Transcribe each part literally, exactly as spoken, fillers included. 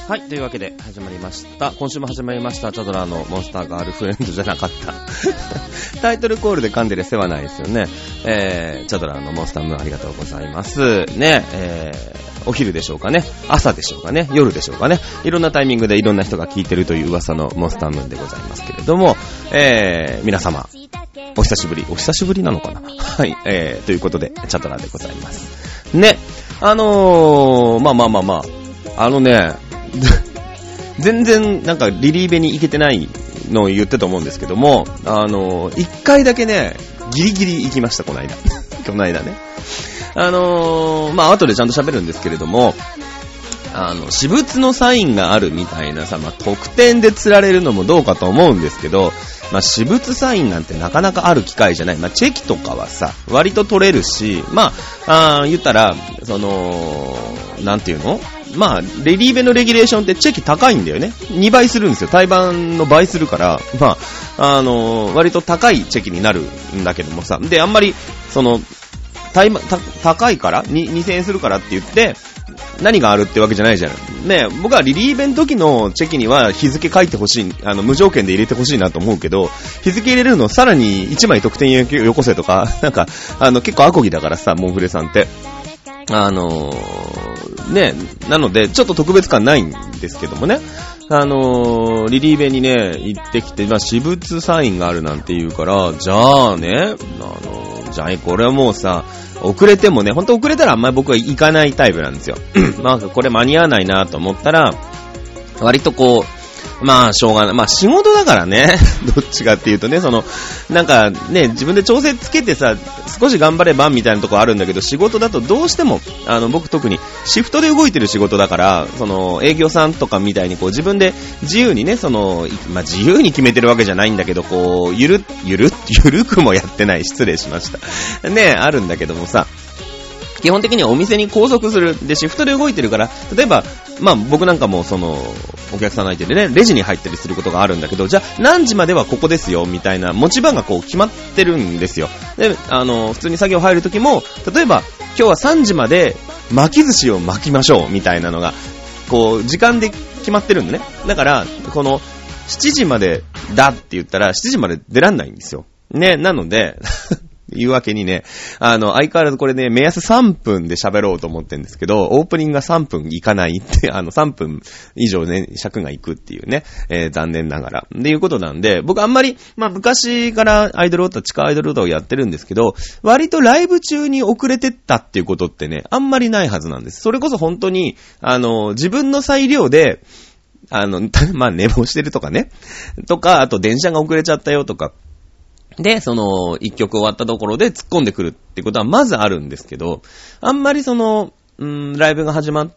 はい、というわけで始まりました。今週も始まりましたチャドラーのモンスターガールフレンドじゃなかったタイトルコールで噛んでる世話ないですよね。えー、チャドラーのモンスタームーンありがとうございますね。えー、お昼でしょうかね、朝でしょうかね、夜でしょうかね、いろんなタイミングでいろんな人が聞いてるという噂のモンスタームーンでございますけれども、えー、皆様お久しぶりお久しぶりなのかなはい、えー、ということでチャドラーでございますね。あのー、まあまあまあまああのね全然なんかリリーベに行けてないのを言ってたと思うんですけども、あのー、一回だけねギリギリ行きました。この間この間ね、あのー、まあ後でちゃんと喋るんですけれども、あの私物のサインがあるみたいなさ、まあ特典で釣られるのもどうかと思うんですけど、まあ私物サインなんてなかなかある機会じゃない。まあチェキとかはさ割と取れるし、まあ、あ言ったらそのなんていうの、まあレリーベのレギュレーションってチェキ高いんだよね。にばいするんですよ。対バンの倍するから、まああのー、割と高いチェキになるんだけどもさ、であんまりその対バンた高いからににせんえんするからって言って何があるってわけじゃないじゃん。ね、僕はリリーベの時のチェキには日付書いてほしい、あの無条件で入れてほしいなと思うけど、日付入れるのさらにいちまい得点よこせとか、なんかあの結構アコギだからさ、モンフレさんってあのー、ね、なのでちょっと特別感ないんですけどもね、あのー、リリーベにね行ってきて、まあ私物サインがあるなんて言うから、じゃあね、あのー、じゃあこれはもうさ遅れてもね、ほんと遅れたらあんまり僕は行かないタイプなんですよまあこれ間に合わないなと思ったら割とこう、まあしょうがない、まあ仕事だからねどっちかっていうとね、そのなんかね自分で調整つけてさ少し頑張ればみたいなところあるんだけど、仕事だとどうしてもあの僕特にシフトで動いてる仕事だから、その営業さんとかみたいにこう自分で自由にね、そのまあ自由に決めてるわけじゃないんだけど、こうゆるゆるゆるくもやってない、失礼しましたね、あるんだけどもさ、基本的にはお店に拘束するでシフトで動いてるから、例えばまあ僕なんかもそのお客さん相手でねレジに入ったりすることがあるんだけど、じゃあ何時まではここですよみたいな持ち場がこう決まってるんですよ。であの普通に作業入るときも、例えば今日はさんじまで巻き寿司を巻きましょうみたいなのがこう時間で決まってるんだね。だからこのしちじまでだって言ったらしちじまで出らんないんですよね。なのでいうわけにね、あの、相変わらずこれね、目安さんぷんで喋ろうと思ってるんですけど、オープニングがさんぷんいかないって、あの、さんぷん以上ね、尺がいくっていうね、えー、残念ながら。っていうことなんで、僕あんまり、まあ、昔からアイドルオタ、地下アイドルオタをやってるんですけど、割とライブ中に遅れてったっていうことってね、あんまりないはずなんです。それこそ本当に、あの、自分の裁量で、あの、まあ、寝坊してるとかね、とか、あと電車が遅れちゃったよとか、で、その、一曲終わったところで突っ込んでくるってことはまずあるんですけど、あんまりその、うーん、ライブが始まって、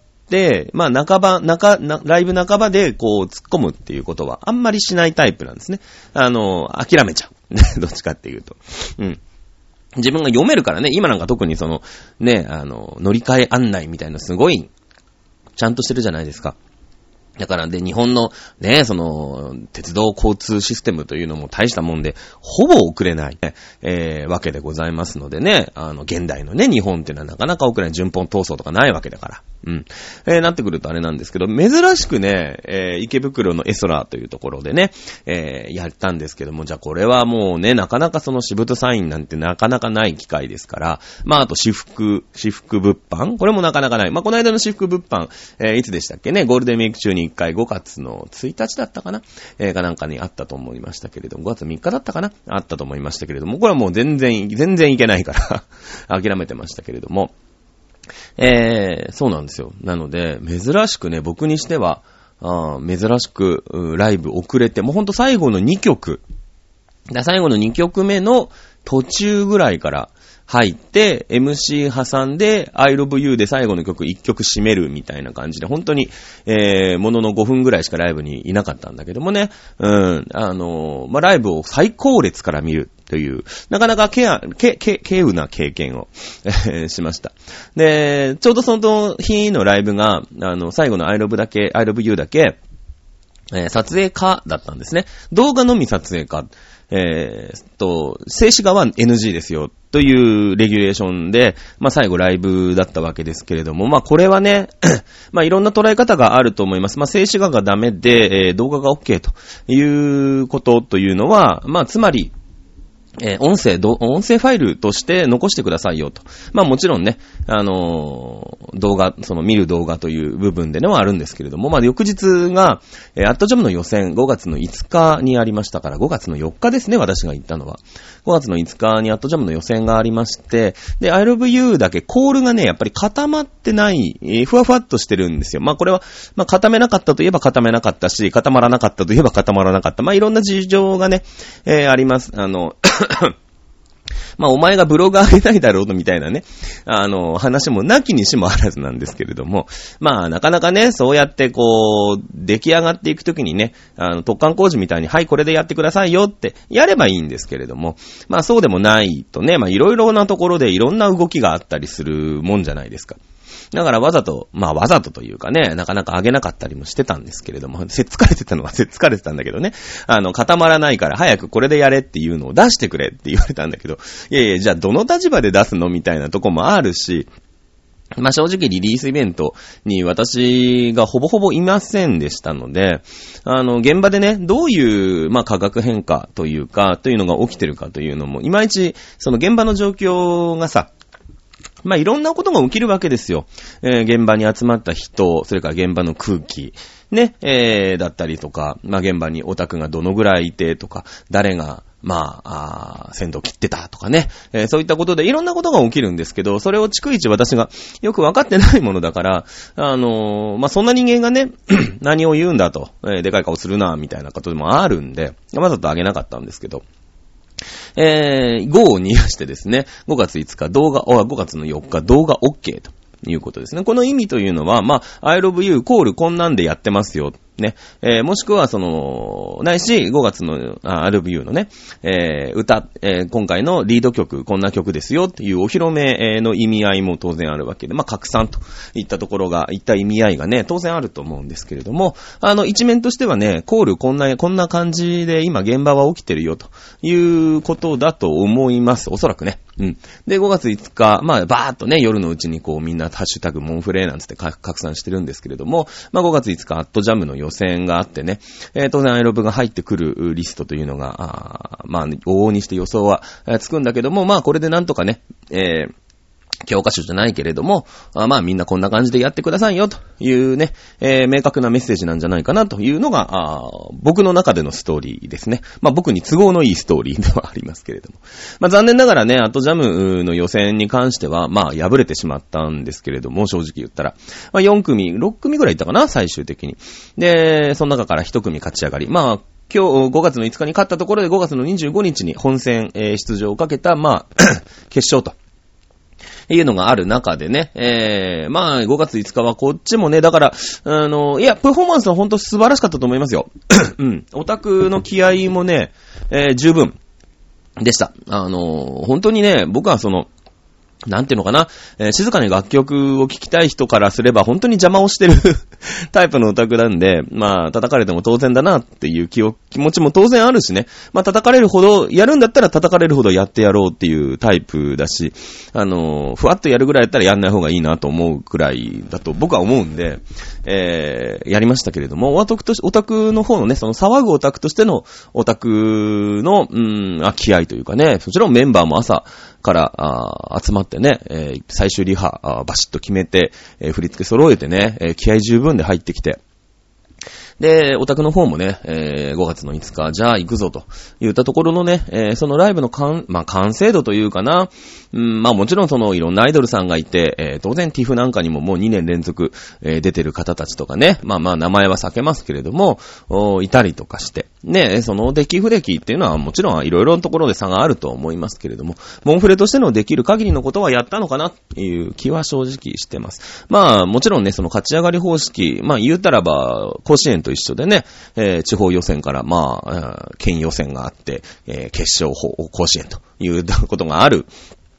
まあ、半ば、中、ライブ半ばでこう突っ込むっていうことはあんまりしないタイプなんですね。あの、諦めちゃう。どっちかっていうと。うん。自分が読めるからね、今なんか特にその、ね、あの、乗り換え案内みたいなすごい、ちゃんとしてるじゃないですか。だからで、日本のね、その、鉄道交通システムというのも大したもんで、ほぼ遅れない、えー、わけでございますのでね、あの、現代のね、日本っていうのはなかなか遅れない、順本闘争とかないわけだから。うん。えー、なってくるとあれなんですけど、珍しくね、えー、池袋のエソラーというところでね、えー、やったんですけども、じゃあこれはもうね、なかなかその私物サインなんてなかなかない機会ですから、まあ、あと私服、私服物販これもなかなかない。まあ、この間の私服物販、えー、いつでしたっけね、ゴールデンウィーク中にいっかいごがつのついたちだったかな、えー、かなんかにあったと思いましたけれども、ごがつみっかだったかなあったと思いましたけれども、これはもう全然、全然いけないから諦めてましたけれども、えー、そうなんですよ。なので、珍しくね、僕にしては、あ珍しく、ライブ遅れて、もうほんと最後のにきょく、だ最後のにきょくめの途中ぐらいから入って、エムシー 挟んで、I love you で最後の曲いっきょく締めるみたいな感じで、本当に、えー、もののごふんぐらいしかライブにいなかったんだけどもね、うん、あのー、まあ、ライブを最高列から見る。という、なかなかケア、ケ、ケ、ケウな経験をしました。で、ちょうどその日のライブが、あの、最後の I love だけ、I love you だけ、 えー、撮影家だったんですね。動画のみ撮影家。えー、と、静止画は エヌジー ですよ。というレギュレーションで、まあ最後ライブだったわけですけれども、まあこれはね、まあいろんな捉え方があると思います。まあ静止画がダメで、えー、動画が OK ということというのは、まあつまり、えー、音声、音声ファイルとして残してくださいよと。まあもちろんね、あのー、動画、その見る動画という部分でのはあるんですけれども、まあ翌日が、えー、アットジャムの予選ごがつのいつかにありましたから、ごがつのよっかですね、私が言ったのは。ごがつのいつかにアットジャムの予選がありまして、で、I love you だけコールがね、やっぱり固まってない、えー、ふわふわっとしてるんですよ。まあこれは、まあ固めなかったといえば固めなかったし、固まらなかったといえば固まらなかった。まあいろんな事情がね、えー、あります。あの、まあ、お前がブログ上げないだろうとみたいなね、あの、話もなきにしもあらずなんですけれども、まあ、なかなかね、そうやってこう、出来上がっていくときにね、あの、突貫工事みたいに、はい、これでやってくださいよって、やればいいんですけれども、まあ、そうでもないとね、まあ、いろいろなところでいろんな動きがあったりするもんじゃないですか。だからわざと、まあわざとというかね、なかなか上げなかったりもしてたんですけれども、せっつかれてたのはせっつかれてたんだけどね、あの、固まらないから早くこれでやれっていうのを出してくれって言われたんだけど、いやいや、じゃあどの立場で出すのみたいなとこもあるし、まあ正直リリースイベントに私がほぼほぼいませんでしたので、あの、現場でね、どういう、まあ化学変化というか、というのが起きてるかというのも、いまいち、その現場の状況がさ、まあ、いろんなことが起きるわけですよ。えー、現場に集まった人、それから現場の空気、ね、えー、だったりとか、まあ、現場にオタクがどのぐらいいてとか、誰が、まあ、あ先導切ってたとかね、えー、そういったことでいろんなことが起きるんですけど、それを逐一私がよく分かってないものだから、あのー、まあ、そんな人間がね、何を言うんだと、えー、でかい顔するな、みたいなことでもあるんで、わざとあげなかったんですけど、えー、ごを逃がしてですね、ごがついつか動画、ごがつのよっか動画 OK ということですね。この意味というのは、まあ、I love you コールこんなんでやってますよ。ね。えー、もしくは、その、ないし、ごがつの、あ、I love you のね、えー、歌、えー、今回のリード曲、こんな曲ですよっていうお披露目の意味合いも当然あるわけで、まあ、拡散といったところが、いった意味合いがね、当然あると思うんですけれども、あの、一面としてはね、コールこんな、こんな感じで今現場は起きてるよということだと思います。おそらくね。うん。で、ごがついつか、まあ、バーっとね、夜のうちにこう、みんなハッシュタグモンフレーなんつって拡散してるんですけれども、まあ、ごがついつかアットジャムの予選があってね、えー、当然アイロブが入ってくるリストというのが、あまあ、往々にして予想はつくんだけども、まあ、これでなんとかね、えー、教科書じゃないけれども、あまあみんなこんな感じでやってくださいよというね、えー、明確なメッセージなんじゃないかなというのが、あ僕の中でのストーリーですね。まあ僕に都合のいいストーリーではありますけれども。まあ残念ながらね、アットジャムの予選に関しては、まあ敗れてしまったんですけれども、正直言ったら。まあよんくみ、ろっくみぐらいいったかな、最終的に。で、その中からいち組勝ち上がり。まあ、今日ごがつのいつかに勝ったところでごがつのにじゅうごにちに本戦、えー、出場をかけた、まあ、決勝と。いうのがある中でね、えー、まあ、ごがついつかはこっちもね、だから、あの、いや、パフォーマンスは本当素晴らしかったと思いますよ。うん。オタクの気合もね、えー、十分でした。あの、本当にね、僕はその、なんていうのかな、えー、静かに楽曲を聴きたい人からすれば本当に邪魔をしてるタイプのオタクなんで、まあ叩かれても当然だなっていう気を気持ちも当然あるしね、まあ叩かれるほどやるんだったら叩かれるほどやってやろうっていうタイプだし、あのー、ふわっとやるぐらいだったらやんない方がいいなと思うくらいだと僕は思うんで、えー、やりましたけれども、オタクとしオタクの方のね、その騒ぐオタクとしてのオタクのうーん、あ気合というかね、もちろんメンバーも朝からあ集まってね、えー、最終リハあバシッと決めて、えー、振り付け揃えてね、えー、気合十分で入ってきて、で、オタクの方もね、えー、ごがつのいつか、じゃあ行くぞと言ったところのね、えー、そのライブの完、まあ、完成度というかな、うん、まあもちろんそのいろんなアイドルさんがいて、えー、当然ティフなんかにももうにねん連続、えー、出てる方たちとかね、まあまあ名前は避けますけれども、いたりとかして、ね、その出来不出来っていうのはもちろんいろいろなところで差があると思いますけれども、モンフレとしてのできる限りのことはやったのかなっていう気は正直してます。まあもちろんね、その勝ち上がり方式、まあ言うたらば、甲子園と一緒でね、えー、地方予選からまあ、県予選があって、えー、決勝甲子園ということがある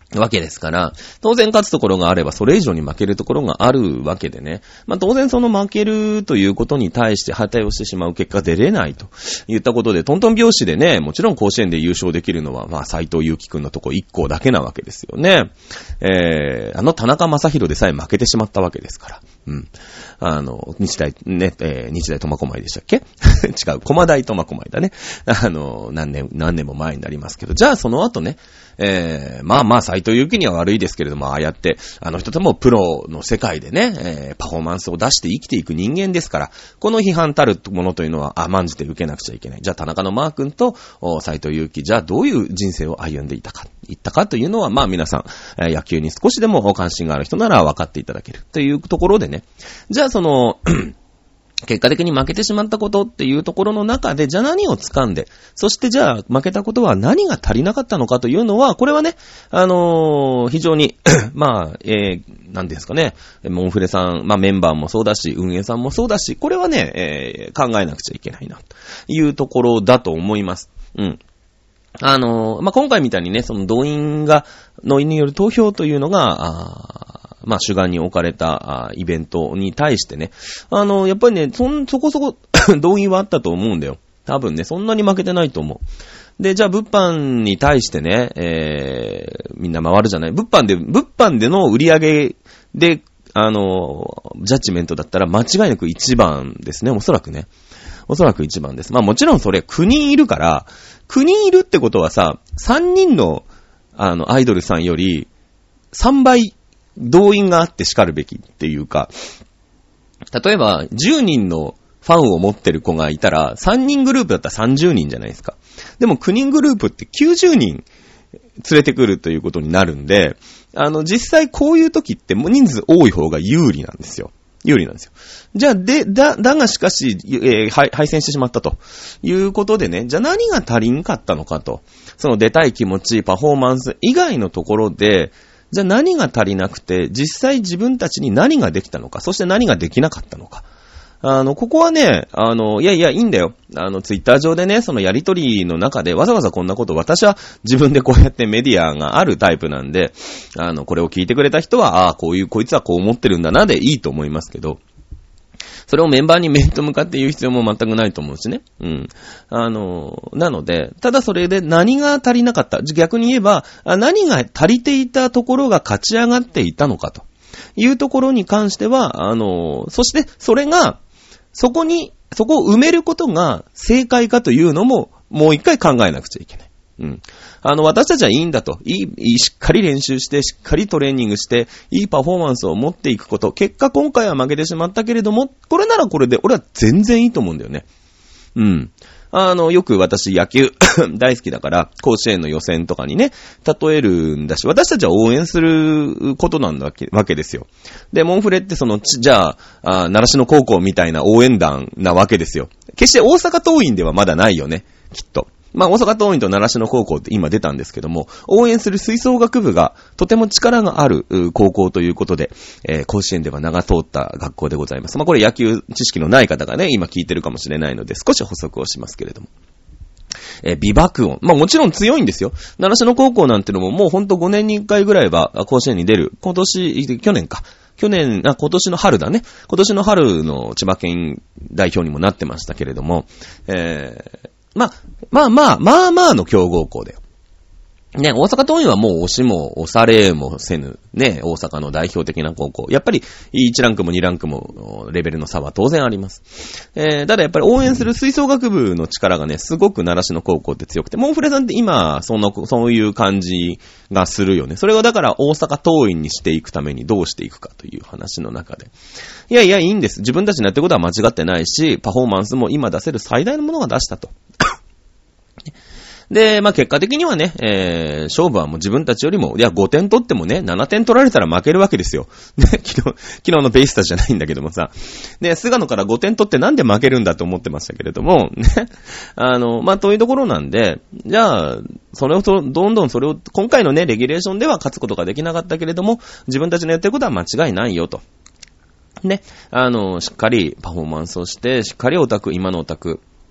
わけですから、当然勝つところがあればそれ以上に負けるところがあるわけでね。まあ当然その負けるということに対して反対をしてしまう結果出れないと言ったことで、トントン拍子でね、もちろん甲子園で優勝できるのは、まあ斉藤祐樹くんのとこ一校だけなわけですよね。えー、あの田中将大でさえ負けてしまったわけですから。うん。あの、日大、ね、えー、日大苫小牧でしたっけ違う、駒大苫小牧だね。あの、何年、何年も前になりますけど、じゃあその後ね、えー、まあまあ斉藤祐樹には悪いですけれども、ああやって、あの人ともプロの世界でね、えー、パフォーマンスを出して生きていく人間ですから、この批判たるものというのは甘んじて受けなくちゃいけない。じゃあ田中のマー君と斉藤祐樹、じゃあどういう人生を歩んでいたか、いったかというのは、まあ皆さん、えー、野球に少しでも関心がある人なら分かっていただけるというところでね、じゃあその、結果的に負けてしまったことっていうところの中で、じゃあ何を掴んで、そしてじゃあ負けたことは何が足りなかったのかというのは、これはね、あのー、非常に、まあ、えー、なんですかね、モンフレさん、まあメンバーもそうだし、運営さんもそうだし、これはね、えー、考えなくちゃいけないな、というところだと思います。うん。あのー、まあ今回みたいにね、その動員が、のによる投票というのが、あまあ、主眼に置かれたイベントに対してね、あの、やっぱりね、そん、そこそこ動員はあったと思うんだよ。多分ね、そんなに負けてないと思う。で、じゃあ、物販に対してね、えー、みんな回るじゃない。物販で、物販での売り上げで、あの、ジャッジメントだったら間違いなく一番ですね、おそらくね。おそらく一番です。まあもちろんそれきゅうにんいるから、きゅうにんいるってことはさ、さんにんの、あの、アイドルさんよりさんばい動員があって叱るべきっていうか、例えばじゅうにんのファンを持ってる子がいたら、さんにんグループだったらさんじゅうにんじゃないですか。でもきゅうにんグループってきゅうじゅうにん連れてくるということになるんで、あの、実際こういう時ってもう人数多い方が有利なんですよ。有利なんですよ。じゃあ、で、だ、だがしかし、えー、敗戦してしまったということでね、じゃあ何が足りんかったのかと。その出たい気持ち、パフォーマンス以外のところで、じゃあ何が足りなくて、実際自分たちに何ができたのか、そして何ができなかったのか。あの、ここはね、あの、いやいや、いいんだよ。あの、ツイッター上でね、そのやりとりの中でわざわざこんなこと、私は自分でこうやってメディアがあるタイプなんで、あの、これを聞いてくれた人は、ああ、こういう、こいつはこう思ってるんだな、でいいと思いますけど、それをメンバーに面と向かって言う必要も全くないと思うしね。うん。あの、なので、ただそれで何が足りなかった。逆に言えば、何が足りていたところが勝ち上がっていたのかというところに関しては、あの、そしてそれが、そこに、そこを埋めることが正解かというのも、もう一回考えなくちゃいけない。うん。あの、私たちはいいんだと。いい、いい、しっかり練習して、しっかりトレーニングして、いいパフォーマンスを持っていくこと。結果今回は負けてしまったけれども、これならこれで、俺は全然いいと思うんだよね。うん。あの、よく私野球大好きだから、甲子園の予選とかにね、例えるんだし、私たちは応援することなんだわけ、わけですよ。で、モンフレってその、じゃあ、あ習志野高校みたいな応援団なわけですよ。決して大阪桐蔭ではまだないよね、きっと。まあ、大阪桐蔭と習志野高校って今出たんですけども、応援する吹奏楽部がとても力がある高校ということで、えー、甲子園では名が通った学校でございます。まあ、これ野球知識のない方がね、今聞いてるかもしれないので、少し補足をしますけれども。えー、美爆音。まあ、もちろん強いんですよ。習志野高校なんてのももうほんとごねんにいっかいぐらいは甲子園に出る。今年、去年か。去年、あ、今年の春だね。今年の春の千葉県代表にもなってましたけれども、えーまあ、まあまあ、まあまあの強豪校だよ。ね、大阪桐蔭はもう押しも押されもせぬ、ね、大阪の代表的な高校。やっぱりいちランクもにランクもレベルの差は当然あります。えー、ただやっぱり応援する吹奏楽部の力がね、すごく習志野高校って強くて、モンフレさんって今、その、そういう感じがするよね。それをだから大阪桐蔭にしていくためにどうしていくかという話の中で。いやいや、いいんです。自分たちのやってることは間違ってないし、パフォーマンスも今出せる最大のものが出したと。で、まあ、結果的にはね、えー、勝負はもう自分たちよりも、いや、ごてん取ってもね、ななてん取られたら負けるわけですよ。ね、昨日、昨日のベイスターズじゃないんだけどもさ。で、菅野からごてん取ってなんで負けるんだと思ってましたけれども、ね。あの、まあ、というところなんで、じゃあ、それをと、どんどんそれを、今回のね、レギュレーションでは勝つことができなかったけれども、自分たちのやってることは間違いないよと。ね。あの、しっかりパフォーマンスをして、しっかりオタク、今のオタク、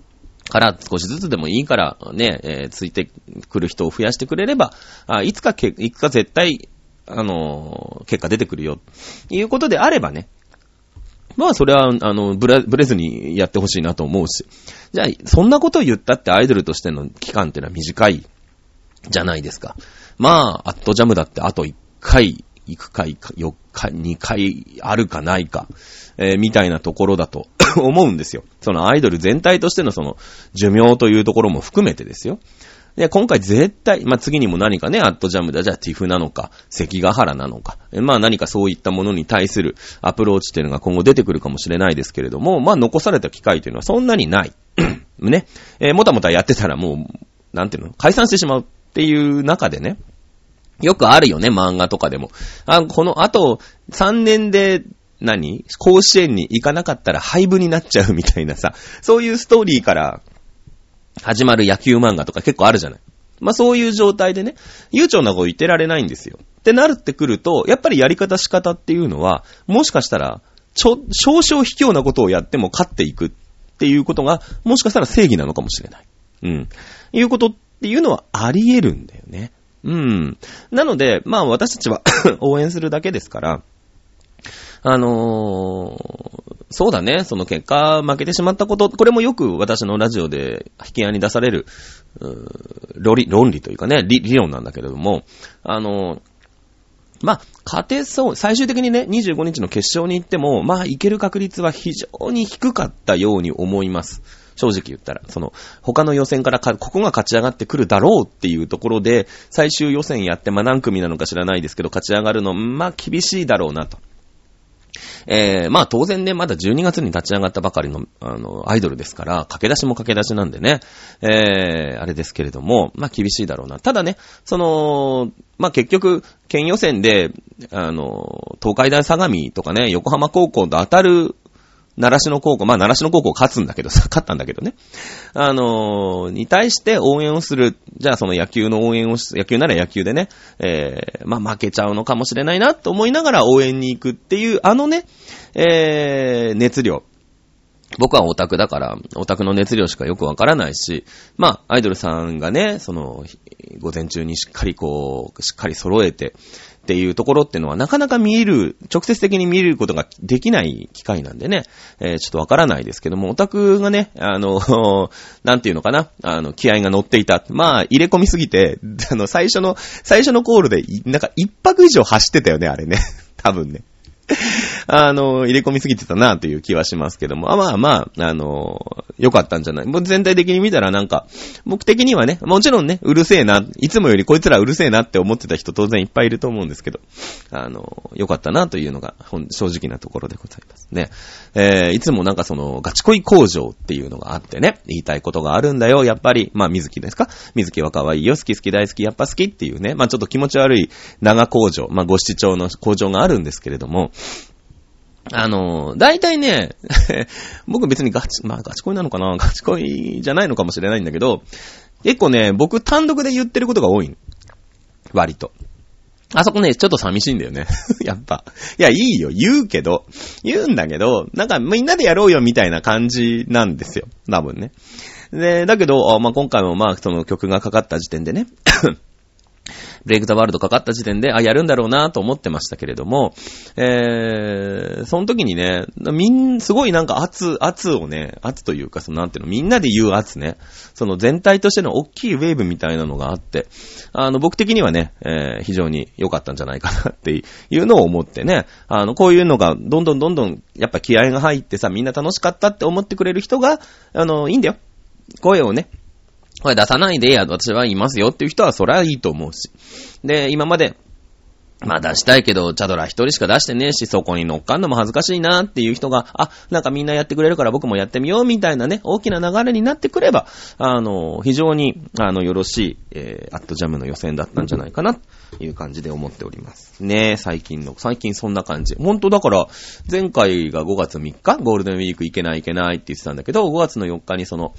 から少しずつでもいいからね、えー、ついてくる人を増やしてくれれば、あいつかけ、いつか絶対、あのー、結果出てくるよ、いうことであればね、まあそれは、あの、ブレ、ブレずにやってほしいなと思うし。じゃあ、そんなことを言ったってアイドルとしての期間っていうのは短いじゃないですか。まあ、アットジャムだってあといっかい行くかよっか、にかいあるかないか、えー、みたいなところだと思うんですよ。そのアイドル全体としてのその寿命というところも含めてですよ。で、今回絶対、まあ、次にも何かね、アットジャムだ、じゃあティフなのか、関ヶ原なのか、まあ何かそういったものに対するアプローチっていうのが今後出てくるかもしれないですけれども、まあ残された機会というのはそんなにない。ね。えー、もたもたやってたらもう、なんていうの、解散してしまうっていう中でね、よくあるよね、漫画とかでも。あ、この、あと、さんねんで、何？甲子園に行かなかったら廃部になっちゃうみたいなさ、そういうストーリーから始まる野球漫画とか結構あるじゃない。まあそういう状態でね、悠長なこと言ってられないんですよ。ってなるってくると、やっぱりやり方仕方っていうのは、もしかしたら、ちょ、少々卑怯なことをやっても勝っていくっていうことが、もしかしたら正義なのかもしれない。うん。いうことっていうのはあり得るんだよね。うん。なので、まあ私たちは応援するだけですから、あのー、そうだね、その結果負けてしまったこと、これもよく私のラジオで引き合いに出される、論理、論理というかね、理、理論なんだけれども、あのー、まあ、勝てそう、最終的にね、にじゅうごにちの決勝に行っても、まあ、いける確率は非常に低かったように思います。正直言ったら、その、他の予選からか、ここが勝ち上がってくるだろうっていうところで、最終予選やって、まあ何組なのか知らないですけど、勝ち上がるの、まあ厳しいだろうなと。えー、まあ当然ね、まだじゅうにがつに立ち上がったばかりの、あの、アイドルですから、駆け出しも駆け出しなんでね、えー、あれですけれども、まあ厳しいだろうな。ただね、その、まあ結局、県予選で、あの、東海大相模とかね、横浜高校と当たる、習志野高校、まあ習志野高校勝つんだけど、勝ったんだけどね。あのー、に対して応援をする。じゃあその野球の応援をし、野球なら野球でね、えー、まあ負けちゃうのかもしれないなと思いながら応援に行くっていう、あのね、えー、熱量。僕はオタクだから、オタクの熱量しかよくわからないし、まあ、アイドルさんがね、その、午前中にしっかりこう、しっかり揃えて、っていうところっていうのはなかなか見える、直接的に見ることができない機会なんでね、えー、ちょっとわからないですけども、オタクがね、あの、なんていうのかな、あの、気合が乗っていた。まあ、入れ込みすぎて、あの、最初の、最初のコールで、なんか一泊以上走ってたよね、あれね。多分ね。あの、入れ込みすぎてたなという気はしますけども、あまあまあ、あの、良かったんじゃない。もう全体的に見たらなんか、僕的にはね、もちろんね、うるせえな、いつもよりこいつらうるせえなって思ってた人当然いっぱいいると思うんですけど、あの、良かったなというのが正直なところでございますね。えー、いつもなんかその、ガチ恋工場っていうのがあってね、言いたいことがあるんだよ、やっぱり、まあ、水木ですか？水木は可愛いよ、好き好き大好き、やっぱ好きっていうね、まあちょっと気持ち悪い長工場、まあ五七調の工場があるんですけれども、あの、大体ね、僕別にガチ、まあガチ恋なのかな？ガチ恋じゃないのかもしれないんだけど、結構ね、僕単独で言ってることが多い。割と。あそこね、ちょっと寂しいんだよね。やっぱ。いや、いいよ、言うけど、言うんだけど、なんかみんなでやろうよみたいな感じなんですよ。多分ね。で、だけど、あまあ今回もまあその曲がかかった時点でね、ブレイクザワールドかかった時点で、あ、やるんだろうなと思ってましたけれども、えー、その時にね、みん、すごいなんか圧、圧をね、圧というか、そのなんていうの、みんなで言う圧ね、その全体としての大きいウェーブみたいなのがあって、あの、僕的にはね、えー、非常に良かったんじゃないかなっていうのを思ってね、あの、こういうのが、どんどんどんどん、やっぱ気合が入ってさ、みんな楽しかったって思ってくれる人が、あの、いいんだよ。声をね、これ出さないでや、私はいますよっていう人はそれはいいと思うし。で、今まで、まあ出したいけど、チャドラ一人しか出してねえし、そこに乗っかんのも恥ずかしいなっていう人が、あ、なんかみんなやってくれるから僕もやってみようみたいなね、大きな流れになってくれば、あの、非常に、あの、よろしい、えー、アットジャムの予選だったんじゃないかな、という感じで思っております。ねえ、最近の、最近そんな感じ。ほんとだから、前回がごがつみっか、ゴールデンウィーク行けない行けないって言ってたんだけど、ごがつのよっかにその、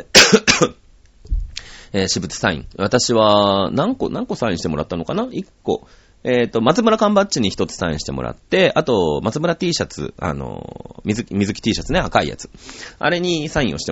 えー、私物サイン。私は、何個、何個サインしてもらったのかな？ いっ 個。えっと、松村缶バッジにひとつサインしてもらって、あと、松村 T シャツ、あの、水木、水木 T シャツね、赤いやつ。あれにサインをしてもらっ 、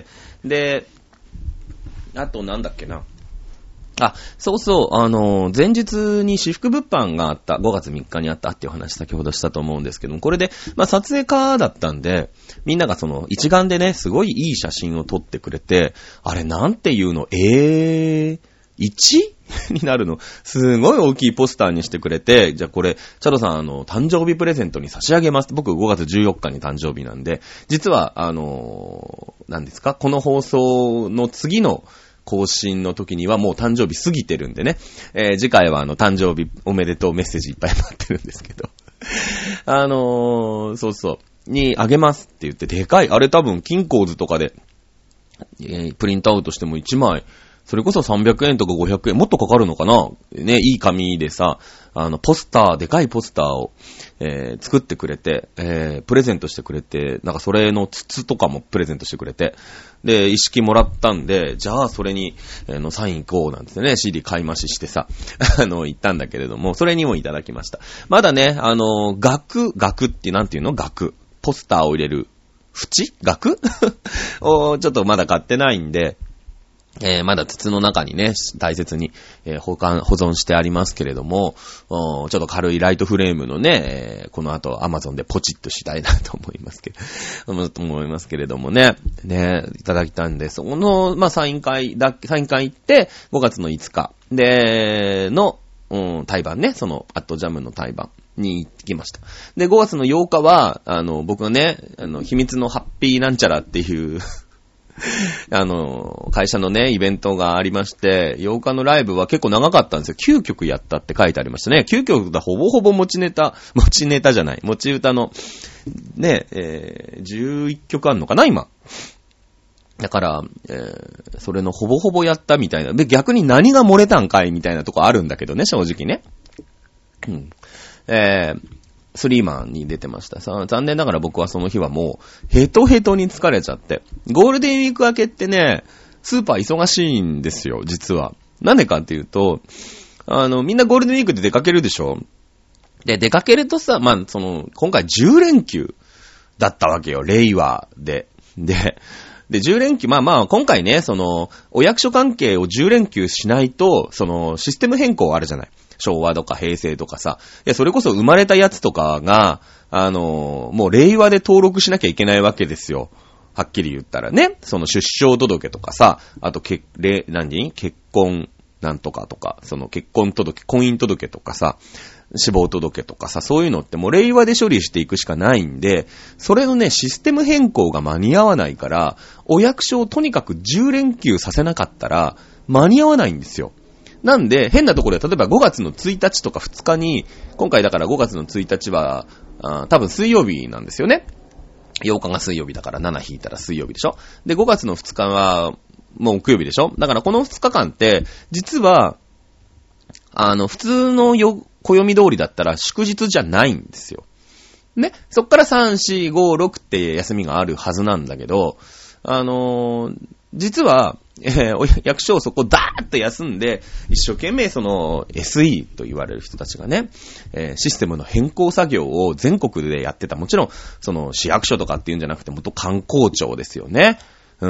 で、あとなんだっけな。あ、そうそう、あの、前日に私服物販があった、ごがつみっかにあったっていう話先ほどしたと思うんですけども、これで、まあ撮影家だったんで、みんながその一眼でね、すごいいい写真を撮ってくれて、あれなんていうの、えー、いち? になるの。すごい大きいポスターにしてくれて、じゃあこれ、チャドさん、あの、誕生日プレゼントに差し上げます。僕ごがつじゅうよっかに誕生日なんで、実は、あの、何ですか、この放送の次の更新の時にはもう誕生日過ぎてるんでね、えー、次回はあの、誕生日おめでとうメッセージいっぱい待ってるんですけど。あのー、そうそう、にあげますって言って、でかい、あれ多分、金鉱図とかで、えー、プリントアウトしてもいちまい、それこそさんびゃくえんとかごひゃくえん、もっとかかるのかなね、いい紙でさ、あの、ポスター、でかいポスターを、えー、作ってくれて、えー、プレゼントしてくれて、なんかそれの筒とかもプレゼントしてくれて、で、一式もらったんで、じゃあそれに、あの、サイン行こうなんてね、シーディー 買い増ししてさ、あの、行ったんだけれども、それにもいただきました。まだね、あの、額、額ってなんていうの？額。ポスターを入れる、縁？額をちょっとまだ買ってないんで、えー、まだ筒の中にね、大切に、えー、保管、保存してありますけれども、ちょっと軽いライトフレームのね、えー、この後 Amazon でポチッとしたいなと思いますけど、と思いますけれどもね、ね、いただきたんで、その、まあ、サイン会だ、サイン会行って、ごがつのいつか、で、の、うん、対バンね、その、アットジャムの対バンに行きました。で、ごがつのようかは、あの、僕がね、あの、秘密のハッピーなんちゃらっていう、あの、会社のね、イベントがありまして、ようかのライブは結構長かったんですよ。きゅうきょくやったって書いてありましたね。きゅうきょくだ、ほぼほぼ持ちネタ、持ちネタじゃない、持ち歌の、ね、えー、じゅういっきょくあんのかな、今。だから、えー、それのほぼほぼやったみたいな。で、逆に何が漏れたんかいみたいなとこあるんだけどね、正直ね。うん。えー、スリーマンに出てましたさ。残念ながら僕はその日はもうヘトヘトに疲れちゃって。ゴールデンウィーク明けってね、スーパー忙しいんですよ、実は。なんでかっていうと、あの、みんなゴールデンウィークで出かけるでしょ。で、出かけるとさ、まあ、その、今回じゅうれんきゅうだったわけよ、令和で。で、で、じゅうれんきゅう、まあまあ、今回ね、その、お役所関係をじゅうれんきゅうしないと、その、システム変更あるじゃない。昭和とか平成とかさ。いや、それこそ生まれたやつとかが、あの、もう令和で登録しなきゃいけないわけですよ。はっきり言ったらね。その出生届とかさ、あと結、れ、何？結婚なんとかとか、その結婚届、婚姻届とかさ、死亡届とかさ、そういうのってもう令和で処理していくしかないんで、それのね、システム変更が間に合わないから、お役所をとにかくじゅうれんきゅうさせなかったら、間に合わないんですよ。なんで、変なところで、例えばごがつのついたちとかふつかに、今回だからごがつのついたちは、あ多分水曜日なんですよね。ようかが水曜日だからなな引いたら水曜日でしょ。で、ごがつのふつかは、もう木曜日でしょ。だからこのふつかかんって、実は、あの、普通のよ、暦通りだったら祝日じゃないんですよ。ね。そっからさん、し、ご、ろくって休みがあるはずなんだけど、あのー、実は、えー、役所をそこダーッと休んで、一生懸命その エスイー と言われる人たちがね、えー、システムの変更作業を全国でやってた。もちろん、その市役所とかっていうんじゃなくて、もっと観光庁ですよね。うん、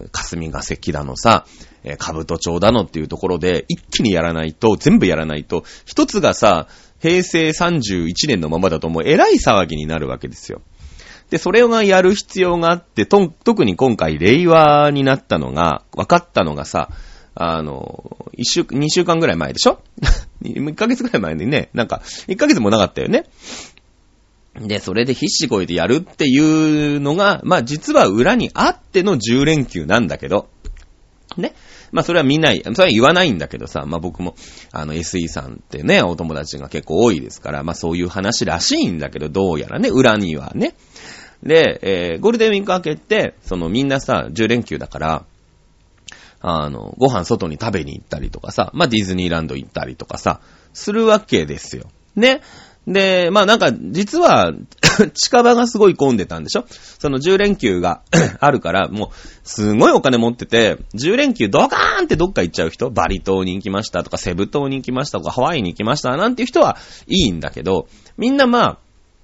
霞が関だのさ、えー、兜町だのっていうところで、一気にやらないと、全部やらないと、一つがさ、平成さんじゅういちねんのままだともうえらい騒ぎになるわけですよ。で、それをやる必要があって、と、特に今回、令和になったのが、分かったのがさ、あの、一週、二週間ぐらい前でしょいっかげつぐらい前にね、なんか、いっかげつもなかったよね。で、それで必死こいてやるっていうのが、まあ実は裏にあってのじゅうれんきゅうなんだけど、ね。まあそれはみんな、それは言わないんだけどさ、まあ僕も、あの エスイー さんってね、お友達が結構多いですから、まあそういう話らしいんだけど、どうやらね、裏にはね。で、えー、ゴールデンウィーク明けて、そのみんなさ、じゅうれんきゅうだから、あの、ご飯外に食べに行ったりとかさ、まあディズニーランド行ったりとかさ、するわけですよ。ね。で、まあなんか、実は、近場がすごい混んでたんでしょ？そのじゅうれんきゅうがあるから、もう、すごいお金持ってて、じゅうれんきゅうドカーンってどっか行っちゃう人、バリ島に行きましたとか、セブ島に行きましたとか、ハワイに行きましたなんていう人はいいんだけど、みんなまあ、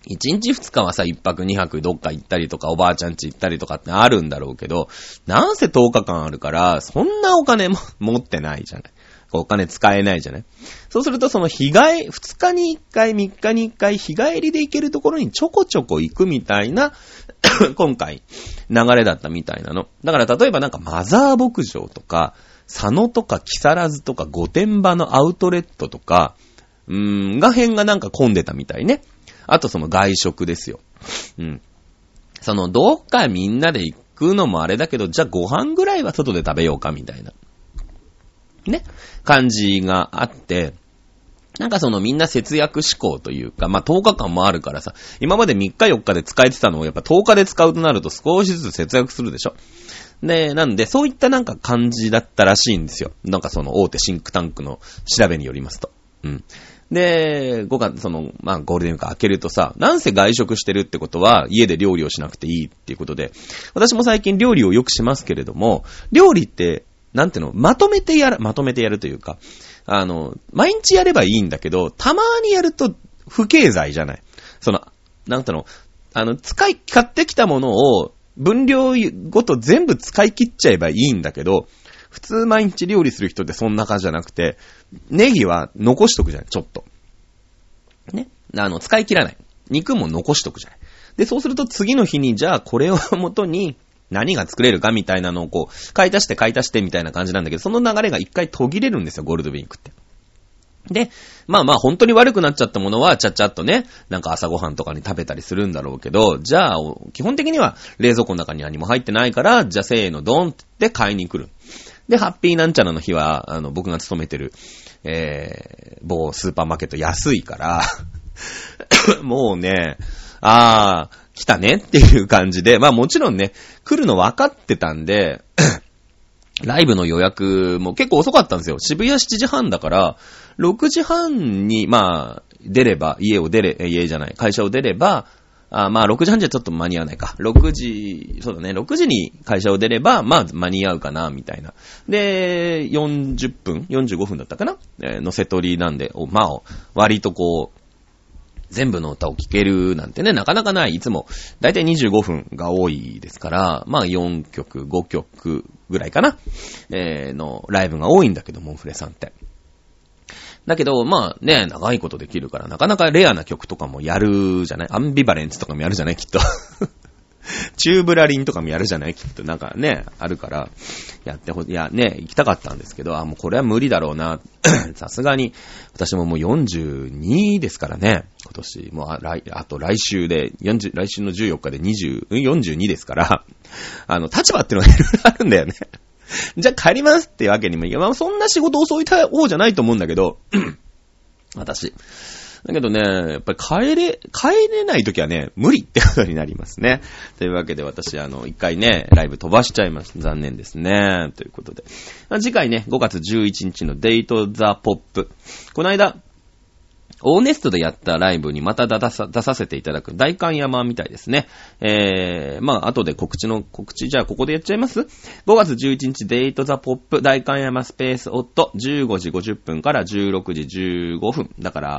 一日二日はさ、一泊二泊どっか行ったりとか、おばあちゃん家行ったりとかってあるんだろうけど、なんせとおかかんあるから、そんなお金も持ってないじゃない。お金使えないじゃない。そうするとその日帰り、二日に一回、三日に一回日帰りで行けるところにちょこちょこ行くみたいな、今回、流れだったみたいなの。だから例えばなんかマザー牧場とか、佐野とか木更津とか御殿場のアウトレットとか、うーん、が辺がなんか混んでたみたいね。あとその外食ですよ。うん。そのどっかみんなで行くのもあれだけど、じゃあご飯ぐらいは外で食べようかみたいな。ね。感じがあって、なんかそのみんな節約志向というか、まあとおかかんもあるからさ、今までみっかよっかで使えてたのをやっぱとおかで使うとなると少しずつ節約するでしょ。で、なんでそういったなんか感じだったらしいんですよ。なんかその大手シンクタンクの調べによりますと。うん。で、ごがつ、その、まあ、ゴールデンウィーク開けるとさ、なんせ外食してるってことは、家で料理をしなくていいっていうことで、私も最近料理をよくしますけれども、料理って、なんていうの、まとめてやる、まとめてやるというか、あの、毎日やればいいんだけど、たまにやると不経済じゃない。その、なんていうの、あの、使い、買ってきたものを、分量ごと全部使い切っちゃえばいいんだけど、普通毎日料理する人ってそんな感じじゃなくて、ネギは残しとくじゃない、ちょっと。ね。あの、使い切らない。肉も残しとくじゃない。で、そうすると次の日に、じゃあこれを元に何が作れるかみたいなのをこう、買い足して買い足してみたいな感じなんだけど、その流れが一回途切れるんですよ、ゴールドウィークって。で、まあまあ本当に悪くなっちゃったものはちゃっちゃっとね、なんか朝ごはんとかに食べたりするんだろうけど、じゃあ基本的には冷蔵庫の中に何も入ってないから、じゃあせーのドンって買いに来る。で、ハッピーなんちゃらの日は、あの、僕が勤めてる、えー、某スーパーマーケット安いから、もうね、あー、来たねっていう感じで、まあもちろんね、来るの分かってたんで、ライブの予約も結構遅かったんですよ。渋谷しちじはんだから、ろくじはんに、まあ、出れば、家を出れ、家じゃない、会社を出れば、あまあ、ろくじはんじゃちょっと間に合わないか。ろくじ、そうだね、ろくじに会社を出れば、まあ、間に合うかな、みたいな。で、よんじゅっぷん ?よんじゅうご 分だったかな、えー、乗せ取りなんで、まあ、割とこう、全部の歌を聴けるなんてね、なかなかない。いつも、だいたいにじゅうごふんが多いですから、まあ、よんきょく、ごきょくぐらいかな、えー、のライブが多いんだけど、モンフレさんって。だけど、まあね、長いことできるから、なかなかレアな曲とかもやるじゃない？アンビバレンスとかもやるじゃない？きっと。チューブラリンとかもやるじゃない？きっと。なんかね、あるから、やってほ、いやね、行きたかったんですけど、あ、もうこれは無理だろうな。さすがに、私ももうよんじゅうにですからね、今年。もうあ、来、あと来週で、よんじゅう、来週のじゅうよっかでにじゅう、よんじゅうにですから、あの、立場っていうのがいろいろあるんだよね。じゃあ帰りますっていうわけにもいかない。まあ、そんな仕事遅い方じゃないと思うんだけど、私。だけどね、やっぱり帰れ、帰れないときはね、無理ってことになりますね。というわけで私、あの、一回ね、ライブ飛ばしちゃいました。残念ですね。ということで。次回ね、ごがつじゅういちにちのデイトザポップ。この間、オーネストでやったライブにまた出さ、出させていただく大観山みたいですね。えー、まあ、後で告知の告知、じゃあここでやっちゃいます？ ご 月じゅういちにちデイトザポップ大観山スペースオットじゅうごじごじゅっぷんからじゅうろくじじゅうごふん。だから、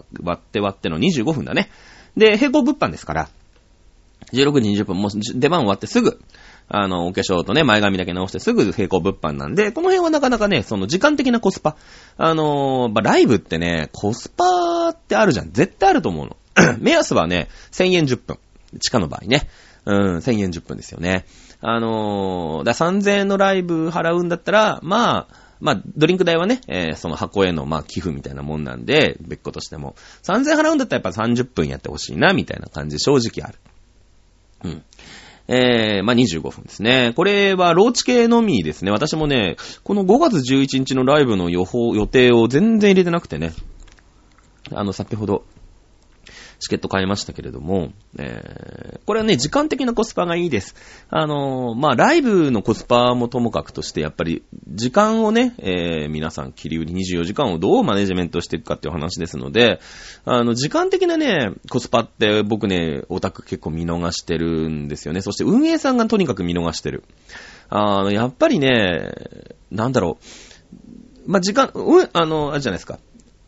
割って割ってのにじゅうごふんだね。で、並行物販ですから、じゅうろくじにじゅっぷん、もう出番終わってすぐ、あの、お化粧とね、前髪だけ直してすぐ並行物販なんで、この辺はなかなかね、その時間的なコスパ。あのー、まあ、ライブってね、コスパってあるじゃん。絶対あると思うの。目安はね、せんえんじゅっぷん。地下の場合ね。うん、せんえんじゅっぷんですよね。あのー、ださんぜんえんのライブ払うんだったら、まあ、まあ、ドリンク代はね、えー、その箱への、まあ、寄付みたいなもんなんで、別個としても。さんぜんえん払うんだったらやっぱさんじゅっぷんやってほしいな、みたいな感じ、正直ある。うん。えー、まあ、にじゅうごふんですね。これはローチ系のみですね。私もね、このごがつじゅういちにちのライブの予報、予定を全然入れてなくてね。あの、先ほど、チケット買いましたけれども、えー、これはね、時間的なコスパがいいです。あのー、まあ、ライブのコスパもともかくとして、やっぱり、時間をね、えー、皆さん、切り売りにじゅうよじかんをどうマネジメントしていくかっていう話ですので、あの、時間的なね、コスパって僕ね、オタク結構見逃してるんですよね。そして運営さんがとにかく見逃してる。あの、やっぱりね、なんだろう、まあ、時間、うん、あの、あれじゃないですか。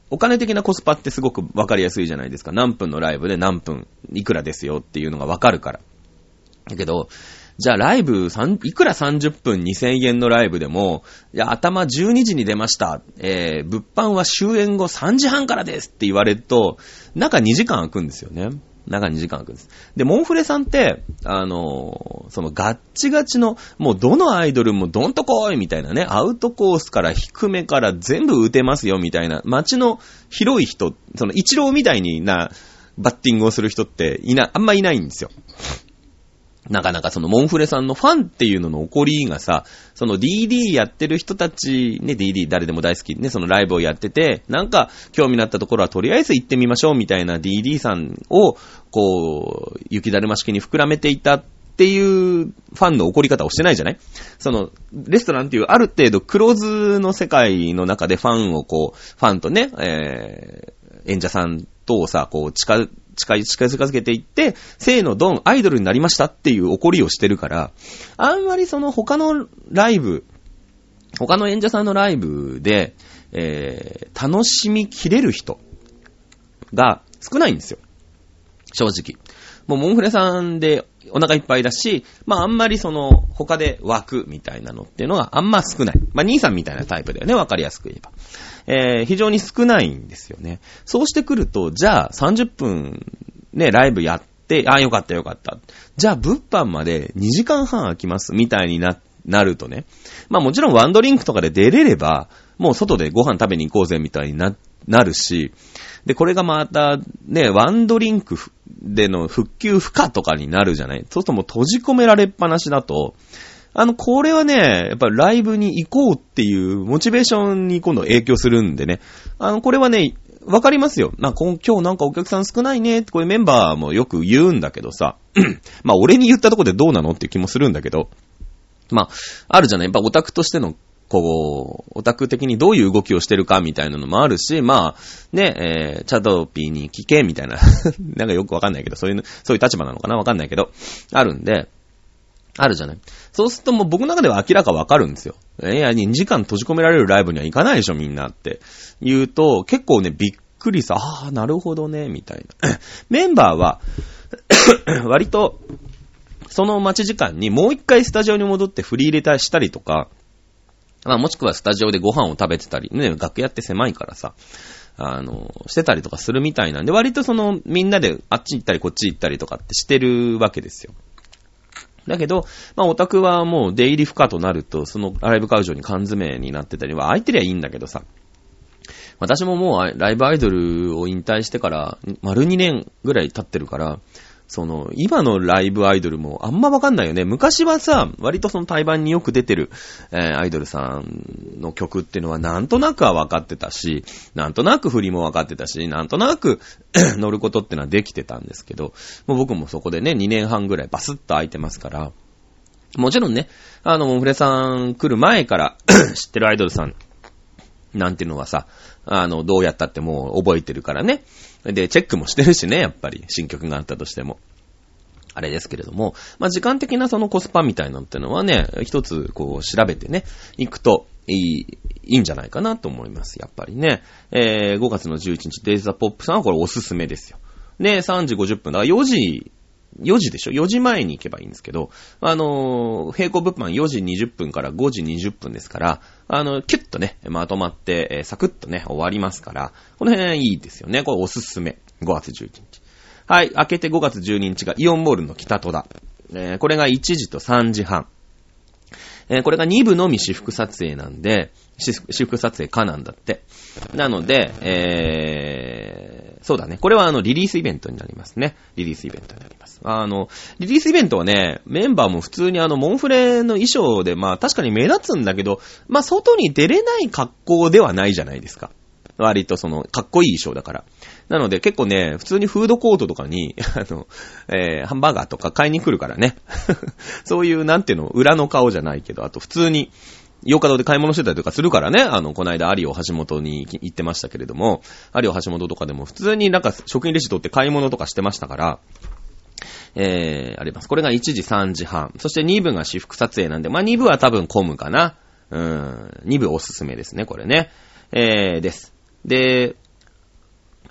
お金的なコスパってすごくわかりやすいじゃないですか。何分のライブで何分いくらですよっていうのがわかるから。だけど、じゃあライブいくらさんじゅっぷんにせんえんのライブでも、いや頭じゅうにじに出ました。えー、物販は終演後さんじはんからですって言われると、中にじかん空くんですよね。中にじかん空くんです。で、モンフレさんって、あのー、そのガッチガチの、もうどのアイドルもどんとこいみたいなね、アウトコースから低めから全部打てますよみたいな、街の広い人、そのイチローみたいになバッティングをする人っていな、あんまいないんですよ。なかなかそのモンフレさんのファンっていうのの起こりがさ、その ディーディー やってる人たち、ね、ディーディー 誰でも大好きね、そのライブをやってて、なんか興味のあったところはとりあえず行ってみましょうみたいな ディーディー さんを、こう、雪だるま式に膨らめていたっていうファンの起こり方をしてないじゃない？その、レストランっていうある程度クローズの世界の中でファンをこう、ファンとね、えー、演者さんとさ、こう、近近い、近づけていって、せーのドン、アイドルになりましたっていう起こりをしてるから、あんまりその他のライブ、他の演者さんのライブで、えー、楽しみきれる人が少ないんですよ。正直。もうモンフレさんでお腹いっぱいだし、まああんまりその他で湧くみたいなのっていうのはあんま少ない。まあ兄さんみたいなタイプだよね、わかりやすく言えば。えー、非常に少ないんですよね。そうしてくると、じゃあさんじゅっぷんね、ライブやって、ああよかったよかった。じゃあ物販までにじかんはん空きますみたいにな、なるとね。まあもちろんワンドリンクとかで出れれば、もう外でご飯食べに行こうぜみたいにな、なるし、で、これがまたね、ワンドリンクでの復旧不可とかになるじゃない。そうするともう閉じ込められっぱなしだと、あの、これはね、やっぱりライブに行こうっていうモチベーションに今度影響するんでね。あの、これはね、わかりますよ。まあ、今日なんかお客さん少ないねって、こういうメンバーもよく言うんだけどさ。まあ、俺に言ったところでどうなのっていう気もするんだけど。まあ、あるじゃない。やっぱオタクとしての、こう、オタク的にどういう動きをしてるかみたいなのもあるし、まあ、ね、えー、チャドピーに聞けみたいな。なんかよくわかんないけど、そういう、そういう立場なのかなわかんないけど、あるんで、あるじゃない。そうするともう僕の中では明らかわかるんですよ。いや、にじかん閉じ込められるライブには行かないでしょ、みんなって言うと、結構ね、びっくりさ、ああ、なるほどね、みたいな。メンバーは、割と、その待ち時間にもう一回スタジオに戻って振り入れたりしたりとか、まあもしくはスタジオでご飯を食べてたり、ね、楽屋って狭いからさ、あの、してたりとかするみたいなんで、割とその、みんなであっち行ったりこっち行ったりとかってしてるわけですよ。だけど、まあオタクはもう出入り不可となると、そのライブ会場に缶詰になってたりは、空いてりゃいいんだけどさ。私ももうライブアイドルを引退してから、丸にねんぐらい経ってるから、その、今のライブアイドルもあんまわかんないよね。昔はさ、割とその対バンによく出てる、えー、アイドルさんの曲っていうのはなんとなくはわかってたし、なんとなく振りもわかってたし、なんとなく乗ることってのはできてたんですけど、もう僕もそこでね、にねんはんぐらいバスッと空いてますから、もちろんね、あの、モンフレさん来る前から知ってるアイドルさんなんていうのはさ、あの、どうやったってもう覚えてるからね。で、チェックもしてるしね、やっぱり、新曲があったとしても。あれですけれども、まあ、時間的なそのコスパみたいなのってのはね、一つこう調べてね、行くといい、いいんじゃないかなと思います。やっぱりね。えー、ごがつのじゅういちにち、デイズ・ザ・ポップさんはこれおすすめですよ。ね、さんじごじゅっぷん、だからよじ、よじでしょ ?よ 時前に行けばいいんですけど、あのー、並行物販よじにじゅっぷんからごじにじゅっぷんですから、あの、キュッとね、まとまって、えー、サクッとね、終わりますから、この辺いいですよね。これおすすめ。ごがつじゅういちにち。はい、明けてごがつじゅうににちがイオンモールの北戸田。えー、これがいちじとさんじはん。えー、これがにぶのみ私服撮影なんで、私服撮影可なんだって。なので、えー、そうだね。これはあの、リリースイベントになりますね。リリースイベントになります。あの、リリースイベントはね、メンバーも普通にあの、モンフレの衣装で、まあ確かに目立つんだけど、まあ外に出れない格好ではないじゃないですか。割とその、かっこいい衣装だから。なので結構ね、普通にフードコートとかに、あの、えー、ハンバーガーとか買いに来るからね。そういう、なんていうの、裏の顔じゃないけど、あと普通に、洋華堂で買い物してたりとかするからね。あの、この間、アリオ橋本に行ってましたけれども、アリオ橋本とかでも普通になんか食品レシ取って買い物とかしてましたから、えー、あります。これがいちじさんじはん。そしてにぶが私服撮影なんで、まあにぶは多分混むかな。うん、にぶおすすめですね、これね。えー、です。で、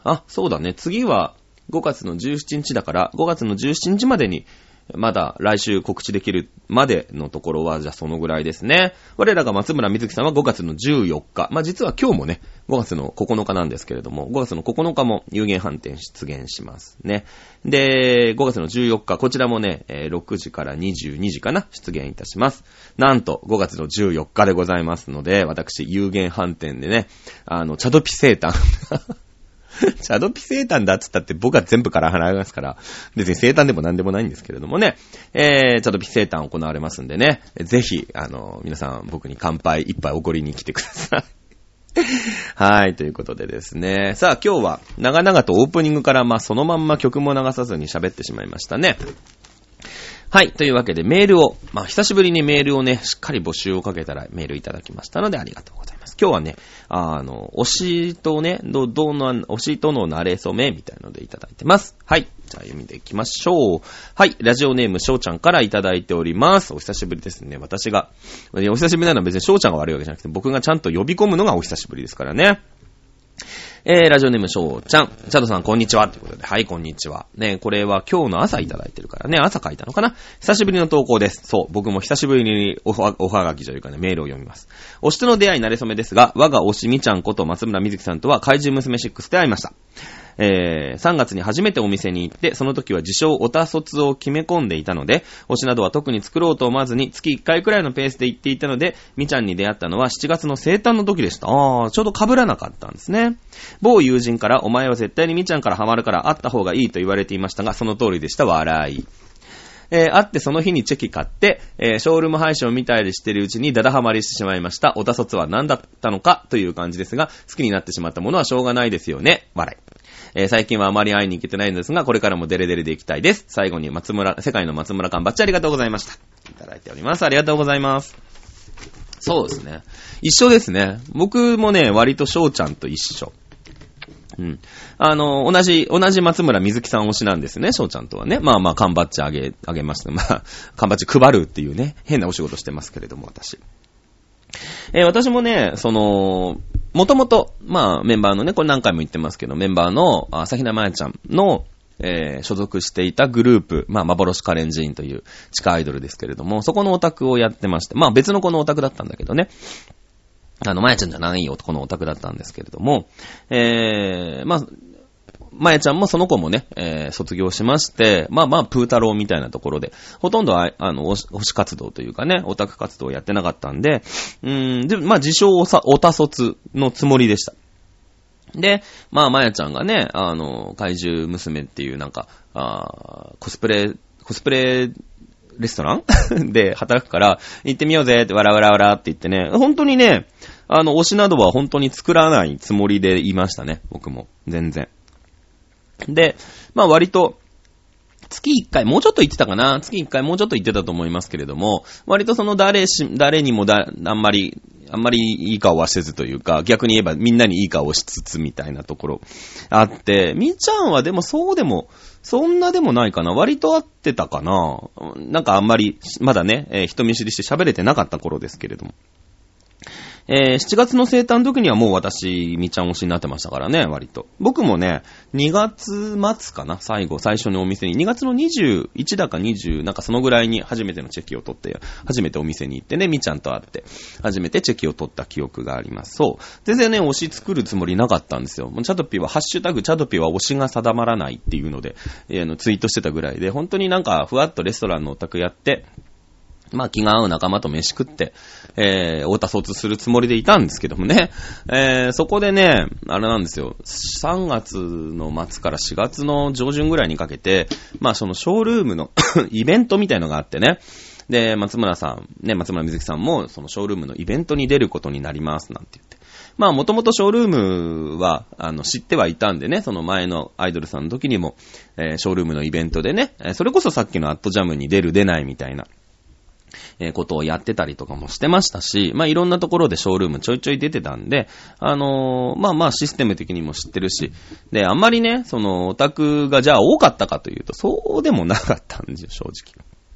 あ、そうだね。次はごがつのじゅうしちにちだから、ごがつのじゅうしちにちまでに、まだ来週告知できるまでのところは、じゃあそのぐらいですね。我らが松村瑞希さんはごがつのじゅうよっか。まあ、実は今日もね、ごがつのここのかなんですけれども、ごがつのここのかも有限飯店出現しますね。で、ごがつのじゅうよっか、こちらもね、ろくじからにじゅうにじかな、出現いたします。なんと、ごがつのじゅうよっかでございますので、私、有限飯店でね、あの、チャドピ生誕。チャドピ生誕だっつったって僕は全部から払いますから、別に生誕でも何でもないんですけれどもね、えー、チャドピ生誕行われますんでね、ぜひ、あの、皆さん僕に乾杯一杯おごりに来てください。はい、ということでですね、さあ今日は長々とオープニングからまあそのまんま曲も流さずに喋ってしまいましたね。はい。というわけでメールを、まあ久しぶりにメールをね、しっかり募集をかけたらメールいただきましたのでありがとうございます。今日はね、あの、推しとね、ど、どの、推しとの馴れ初めみたいのでいただいてます。はい。じゃあ読みでいきましょう。はい。ラジオネームしょうちゃんからいただいております。お久しぶりですね。私が、お久しぶりなのは別にしょうちゃんが悪いわけじゃなくて、僕がちゃんと呼び込むのがお久しぶりですからね。えー、ラジオネームしょうちゃん。チャドさん、こんにちは。ということで、はい、こんにちは。ね、これは今日の朝いただいてるからね、朝書いたのかな。久しぶりの投稿です。そう、僕も久しぶりにおは、おはがきというかね、メールを読みます。推しとの出会い慣れ初めですが、我が推しみちゃんこと松村みずきさんとは怪獣娘ろくで会いました。えー、さんがつに初めてお店に行って、その時は自称オタ卒を決め込んでいたので、推しなどは特に作ろうと思わずに月いっかいくらいのペースで行っていたので、みちゃんに出会ったのはしちがつの生誕の時でした。あー、ちょうど被らなかったんですね。某友人から、お前は絶対にみちゃんからハマるから会った方がいいと言われていましたが、その通りでした。笑い。えー、会ってその日にチェキ買って、えー、ショールーム配信を見たりしてるうちにダダハマりしてしまいました。オタ卒は何だったのかという感じですが、好きになってしまったものはしょうがないですよね。笑い。えー、最近はあまり会いに行けてないんですが、これからもデレデレで行きたいです。最後に松村、世界の松村缶バッチありがとうございました。いただいております。ありがとうございます。そうですね。一緒ですね。僕もね、割と翔ちゃんと一緒。うん。あの、同じ、同じ松村みずきさん推しなんですね、翔ちゃんとはね。まあまあ、缶バッチあげ、あげました。まあ、缶バッチ配るっていうね、変なお仕事してますけれども、私。えー、私もね、その、もともと、まあ、メンバーのね、これ何回も言ってますけど、メンバーの、朝比奈まやちゃんの、えー、所属していたグループ、まあ、幻カレンジーンという地下アイドルですけれども、そこのオタクをやってまして、まあ、別の子のオタクだったんだけどね。あの、まやちゃんじゃない男のオタクだったんですけれども、えー、まあ、まやちゃんもその子もね、えー、卒業しまして、まあまあ、プータローみたいなところで、ほとんどは、あの、推し活動というかね、オタク活動をやってなかったんで、うーん、で、まあ、自称オタ、オタ卒のつもりでした。で、まあ、まやちゃんがね、あの、怪獣娘っていうなんか、あコスプレ、コスプレ、レストランで働くから、行ってみようぜって、わらわらわらって言ってね、本当にね、あの、推しなどは本当に作らないつもりでいましたね、僕も。全然。で、まあ割と、月いっかい、もうちょっと言ってたかな月いっかいもうちょっと言ってたと思いますけれども、割とその誰し、誰にもだ、あんまり、あんまりいい顔はせずというか、逆に言えばみんなにいい顔をしつつみたいなところあって、みーちゃんはでもそうでも、そんなでもないかな割と合ってたかななんかあんまり、まだね、えー、人見知りして喋れてなかった頃ですけれども。えー、しちがつの生誕の時にはもう私、みちゃん推しになってましたからね、割と。僕もね、にがつ末かな、最後、最初にお店に、にがつのにじゅういちだかにじゅう、なんかそのぐらいに初めてのチェキを取って、初めてお店に行ってね、みちゃんと会って、初めてチェキを取った記憶があります。そう。全然ね、推し作るつもりなかったんですよ。チャドピーは、ハッシュタグチャドピーは推しが定まらないっていうので、えー、のツイートしてたぐらいで、本当になんか、ふわっとレストランのお宅やって、まあ気が合う仲間と飯食って、えー、オタ卒するつもりでいたんですけどもね。えー、そこでね、あれなんですよ。さんがつの末からしがつの上旬ぐらいにかけて、まあそのショールームのイベントみたいのがあってね。で、松村さん、ね、松村みずきさんもそのショールームのイベントに出ることになりますなんて言って。まあもともとショールームは、あの、知ってはいたんでね、その前のアイドルさんの時にも、えー、ショールームのイベントでね、それこそさっきのアットジャムに出る出ないみたいな。えー、ことをやってたりとかもしてましたし、まあいろんなところでショールームちょいちょい出てたんで、あのー、まあまあシステム的にも知ってるし、で、あんまりね、そのオタクがじゃあ多かったかというと、そうでもなかったんですよ、正直。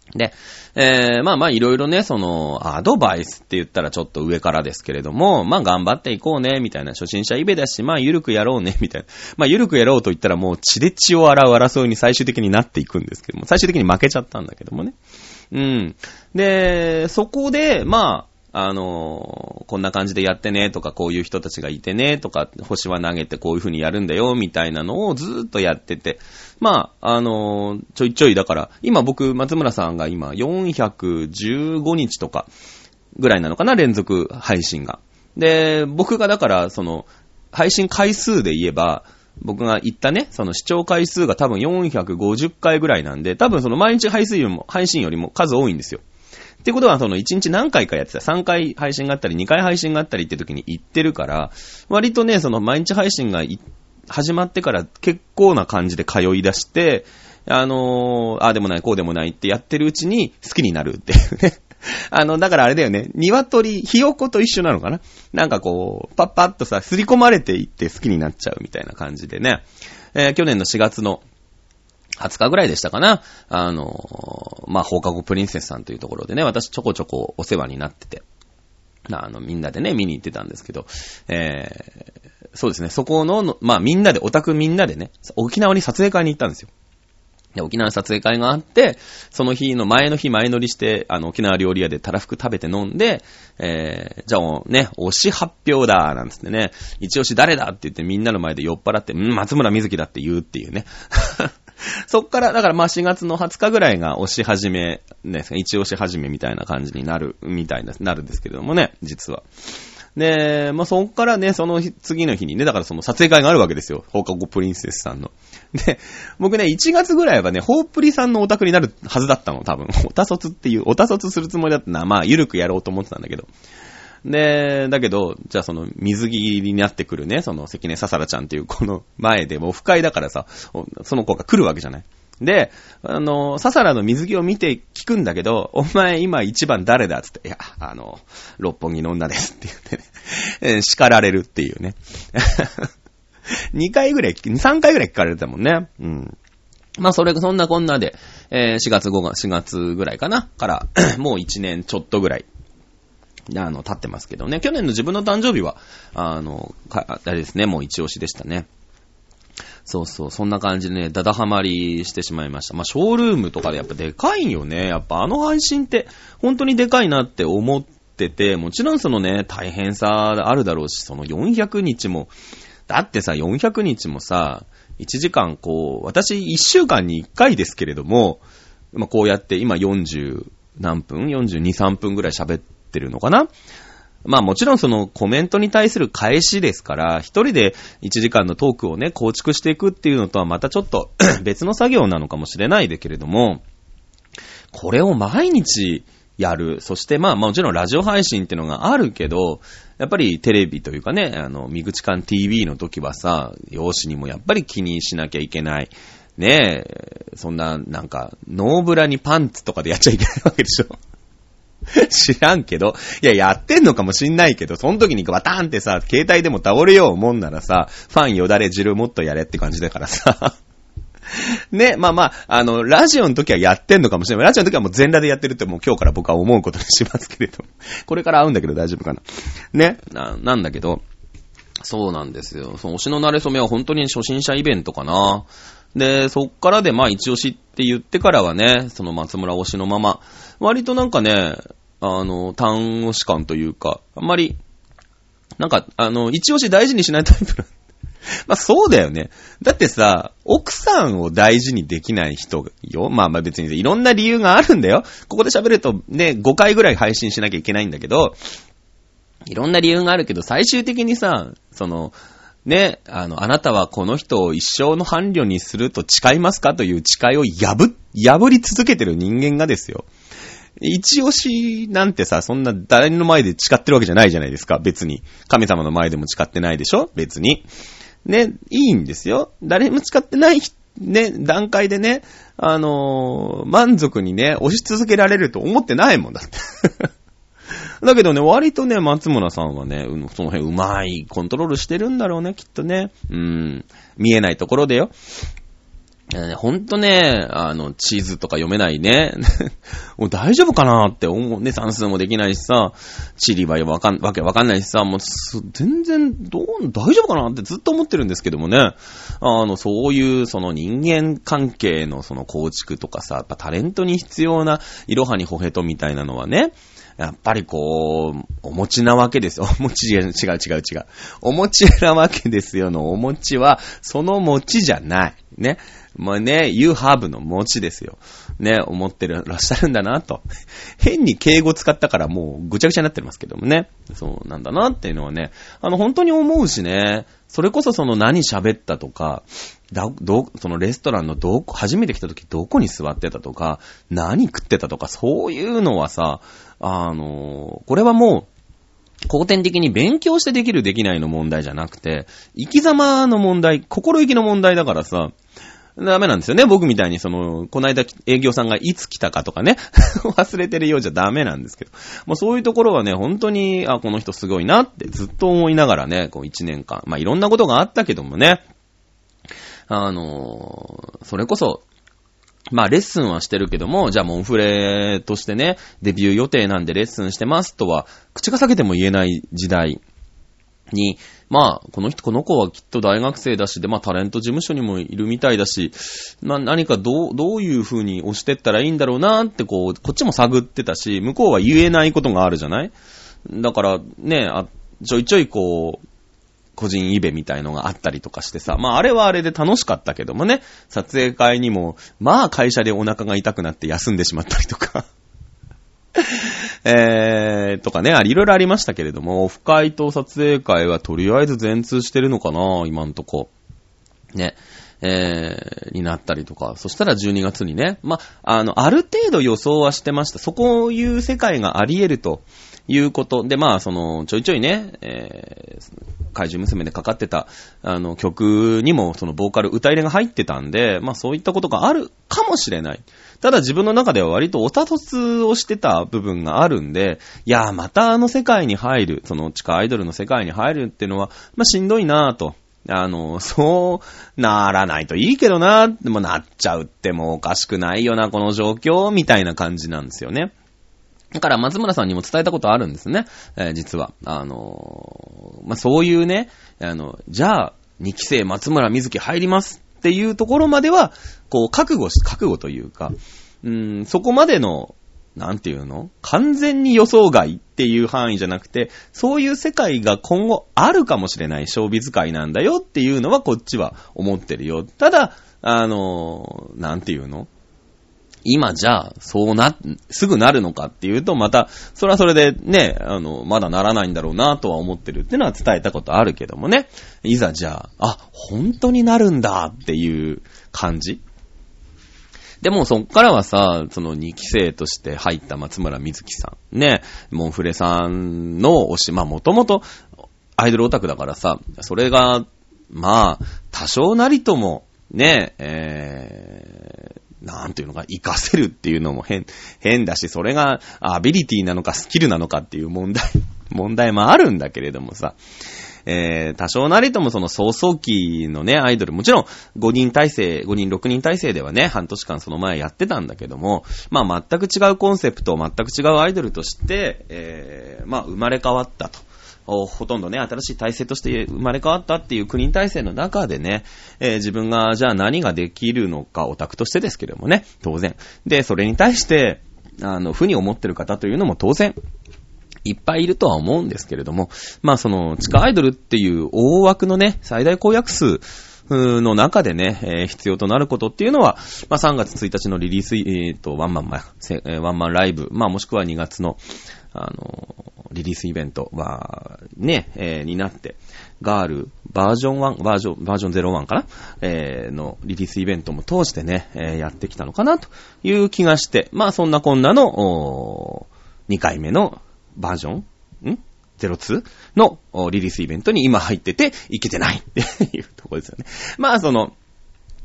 で、えー、まあまあいろいろね、その、アドバイスって言ったらちょっと上からですけれども、まあ頑張っていこうね、みたいな、初心者イベだし、まあゆるくやろうね、みたいな。まあゆるくやろうと言ったらもう血で血を洗う争いに最終的になっていくんですけども、最終的に負けちゃったんだけどもね。うん。で、そこで、まあ、あのー、こんな感じでやってねとか、こういう人たちがいてねとか、星は投げてこういう風にやるんだよみたいなのをずーっとやってて、まあ、あのー、ちょいちょいだから、今僕、松村さんが今よんひゃくじゅうごにちとかぐらいなのかな、連続配信が。で、僕がだから、その、配信回数で言えば、僕が言ったね、その視聴回数が多分よんひゃくごじゅっかいぐらいなんで、多分その毎日配信よりも、配信よりも数多いんですよ。ってことは、そのいちにち何回かやってた、さんかい配信があったり、にかい配信があったりって時に言ってるから、割とね、その毎日配信が始まってから結構な感じで通い出して、あのー、ああでもない、こうでもないってやってるうちに好きになるっていうね。あの、だからあれだよね、鶏、ひよこと一緒なのかな？なんかこう、パッパッとさ、すり込まれていって好きになっちゃうみたいな感じでね。えー、去年のしがつのはつかぐらいでしたかな。あの、まあ、放課後プリンセスさんというところでね、私ちょこちょこお世話になってて、あの、みんなでね、見に行ってたんですけど、えー、そうですね、そこの、まあ、みんなで、オタクみんなでね、沖縄に撮影会に行ったんですよ。で、沖縄撮影会があって、その日の前の日前乗りして、あの、沖縄料理屋でたらふく食べて飲んで、えー、じゃあね、推し発表だ、なんつってね、一押し誰だって言ってみんなの前で酔っ払って、うん、松村瑞希だって言うっていうね。そっから、だからまあしがつのはつかぐらいが推し始め、ね、一押し始めみたいな感じになる、みたいな、なるんですけれどもね、実は。で、まあそっからね、その次の日にね、だからその撮影会があるわけですよ。放課後プリンセスさんの。で、僕ね、いちがつぐらいはね、ホープリさんのオタクになるはずだったの、多分。オタ卒っていう、オタ卒するつもりだったな。まあ、ゆるくやろうと思ってたんだけど。で、だけど、じゃあその水着になってくるね、その関根ささらちゃんっていう子の前でもオフ会だからさ、その子が来るわけじゃない。で、あの、ささらの水着を見て聞くんだけど、お前今一番誰だつって、いや、あの、六本木の女ですって言ってね、叱られるっていうね。にかいぐらい、さんかいぐらい聞かれてたもんね。うん。まあそれ、そんなこんなで、えー、しがつごがつ、しがつぐらいかなから、もういちねんちょっとぐらい。あの、経ってますけどね。去年の自分の誕生日は、あの、あれですね、もう一押しでしたね。そうそう、そんな感じでね、だだはまりしてしまいました。まあ、ショールームとかでやっぱでかいよね。やっぱあの配信って本当にでかいなって思ってて、もちろんそのね、大変さあるだろうし、そのよんひゃくにちも、だってさ、よんひゃくにちもさ、いちじかんこう、私いっしゅうかんにいっかいですけれども、まあ、こうやって今よんじゅうなんぷん ?よんじゅうに、さんぷんぐらい喋ってるのかな。まあもちろんそのコメントに対する返しですから、一人でいちじかんのトークをね、構築していくっていうのとはまたちょっと別の作業なのかもしれないですけれども、これを毎日やる。そしてまあもちろんラジオ配信っていうのがあるけど、やっぱりテレビというかね、あの、みぐちかん ティーブイ の時はさ、容姿にもやっぱり気にしなきゃいけない。ねえ、そんななんか、ノーブラにパンツとかでやっちゃいけないわけでしょ。知らんけど。いや、やってんのかもしんないけど、その時にバターンってさ、携帯でも倒れようもんならさ、ファンよだれ汁もっとやれって感じだからさ。ね、まあまあ、あの、ラジオの時はやってんのかもしれない。ラジオの時はもう全裸でやってるってもう今日から僕は思うことにしますけれど。これから会うんだけど大丈夫かな。ね、な、なんだけど、そうなんですよ。その推しの慣れ初めは本当に初心者イベントかな。で、そっからでまあ一押しって言ってからはね、その松村推しのまま、割となんかね、あの、単推し感というか、あんまり、なんか、あの、一押し大事にしないタイプな。まあそうだよね。だってさ、奥さんを大事にできない人よ。まあまあ別にいろんな理由があるんだよ。ここで喋るとね、ごかいぐらい配信しなきゃいけないんだけど、いろんな理由があるけど、最終的にさ、その、ね、あの、あなたはこの人を一生の伴侶にすると誓いますかという誓いを破、破り続けてる人間がですよ。一押しなんてさ、そんな誰の前で誓ってるわけじゃないじゃないですか、別に。神様の前でも誓ってないでしょ、別に。ね、いいんですよ。誰も誓ってない、ね、段階でね、あのー、満足にね、押し続けられると思ってないもんだって。だけどね、割とね、松村さんはね、その辺うまいコントロールしてるんだろうね、きっとね。うん。見えないところでよ。 ほんとね、あの、地図とか読めないね。もう大丈夫かなって思うね。算数もできないしさ、地理はわかん、わけわかんないしさ、もう、全然、どう、大丈夫かなってずっと思ってるんですけどもね。あの、そういう、その人間関係のその構築とかさ、やっぱタレントに必要な、いろはにほへとみたいなのはね、やっぱりこう、お餅なわけですよ。お餅、違う違う違う違う。お餅なわけですよのお餅は、その餅じゃない。ね。まあね、you have の餅ですよ。ね、思ってらっしゃるんだなと。変に敬語使ったからもうぐちゃぐちゃになってますけどもね。そうなんだなっていうのはね、あの本当に思うしね、それこそその何喋ったとか、だどそのレストランのどこ、初めて来た時どこに座ってたとか、何食ってたとか、そういうのはさ、あの、これはもう、後天的に勉強してできるできないの問題じゃなくて、生き様の問題、心意気の問題だからさ、ダメなんですよね。僕みたいにその、この間営業さんがいつ来たかとかね、忘れてるようじゃダメなんですけど。もうそういうところはね、本当に、あ、この人すごいなってずっと思いながらね、こう一年間、まあいろんなことがあったけどもね、あのー、それこそ、まあレッスンはしてるけども、じゃあモンフレとしてね、デビュー予定なんでレッスンしてますとは、口が裂けても言えない時代に、まあ、この人、この子はきっと大学生だし、で、まあ、タレント事務所にもいるみたいだし、まあ、何かどう、どういう風に押してったらいいんだろうなって、こう、こっちも探ってたし、向こうは言えないことがあるじゃない？だから、ね、あ、ちょいちょいこう、個人イベみたいのがあったりとかしてさ、まあ、あれはあれで楽しかったけどもね、撮影会にも、まあ、会社でお腹が痛くなって休んでしまったりとか。えー、とかね、あれいろいろありましたけれども、オフ会と撮影会はとりあえず全通してるのかな、今んとこ。ね。えー、になったりとか。そしたらじゅうにがつにね、ま、あの、ある程度予想はしてました。そこいう世界があり得るということ。で、まあ、その、ちょいちょいね、えー、怪獣娘でかかってた、あの、曲にも、その、ボーカル、歌入れが入ってたんで、まあ、そういったことがあるかもしれない。ただ自分の中では割とオタ突をしてた部分があるんで、いやーまたあの世界に入る、その地下アイドルの世界に入るっていうのは、まあしんどいなぁと。あの、そうならないといいけどなぁ、でもなっちゃうってもうおかしくないよな、この状況、みたいな感じなんですよね。だから松村さんにも伝えたことあるんですね。えー、実は。あのー、まあそういうね、あの、じゃあ、にき生松村瑞希入ります。っていうところまでは、こう、覚悟し、覚悟というか、うーん、そこまでの、なんていうの？完全に予想外っていう範囲じゃなくて、そういう世界が今後あるかもしれないショービズ界なんだよっていうのはこっちは思ってるよ。ただ、あの、なんていうの？今じゃあ、そうな、すぐなるのかっていうと、また、それはそれでね、あの、まだならないんだろうなとは思ってるっていうのは伝えたことあるけどもね。いざじゃあ、あ、本当になるんだっていう感じ。でもそっからはさ、そのにき生として入った松村瑞希さん。ね、モンフレさんの推し、まあもともとアイドルオタクだからさ、それが、まあ、多少なりとも、ね、えー、なんていうのか、活かせるっていうのも変、変だし、それがアビリティなのかスキルなのかっていう問題、問題もあるんだけれどもさ、えー、多少なりともその早々期のね、アイドル、もちろんごにん体制、ごにんろくにん体制ではね、半年間その前やってたんだけども、まあ全く違うコンセプト、全く違うアイドルとして、えー、まあ生まれ変わったと。ほとんどね、新しい体制として生まれ変わったっていう国体制の中でね、えー、自分がじゃあ何ができるのか、オタクとしてですけれどもね、当然。で、それに対して、あの、負に思ってる方というのも当然、いっぱいいるとは思うんですけれども、まあその、地下アイドルっていう大枠のね、最大公約数の中でね、えー、必要となることっていうのは、まあさんがつついたちのリリース、えーと、ワンマン、ワンマンライブ、まあもしくはにがつの、あの、リリースイベントは、ね、えー、になって、ガールバージョンワン、バージョン、バージョンゼロワンかな、えー、のリリースイベントも通してね、えー、やってきたのかなという気がして、まあそんなこんなの、にかいめのバージョンん ?ゼロツー のリリースイベントに今入ってて、いけてないっていうところですよね。まあその、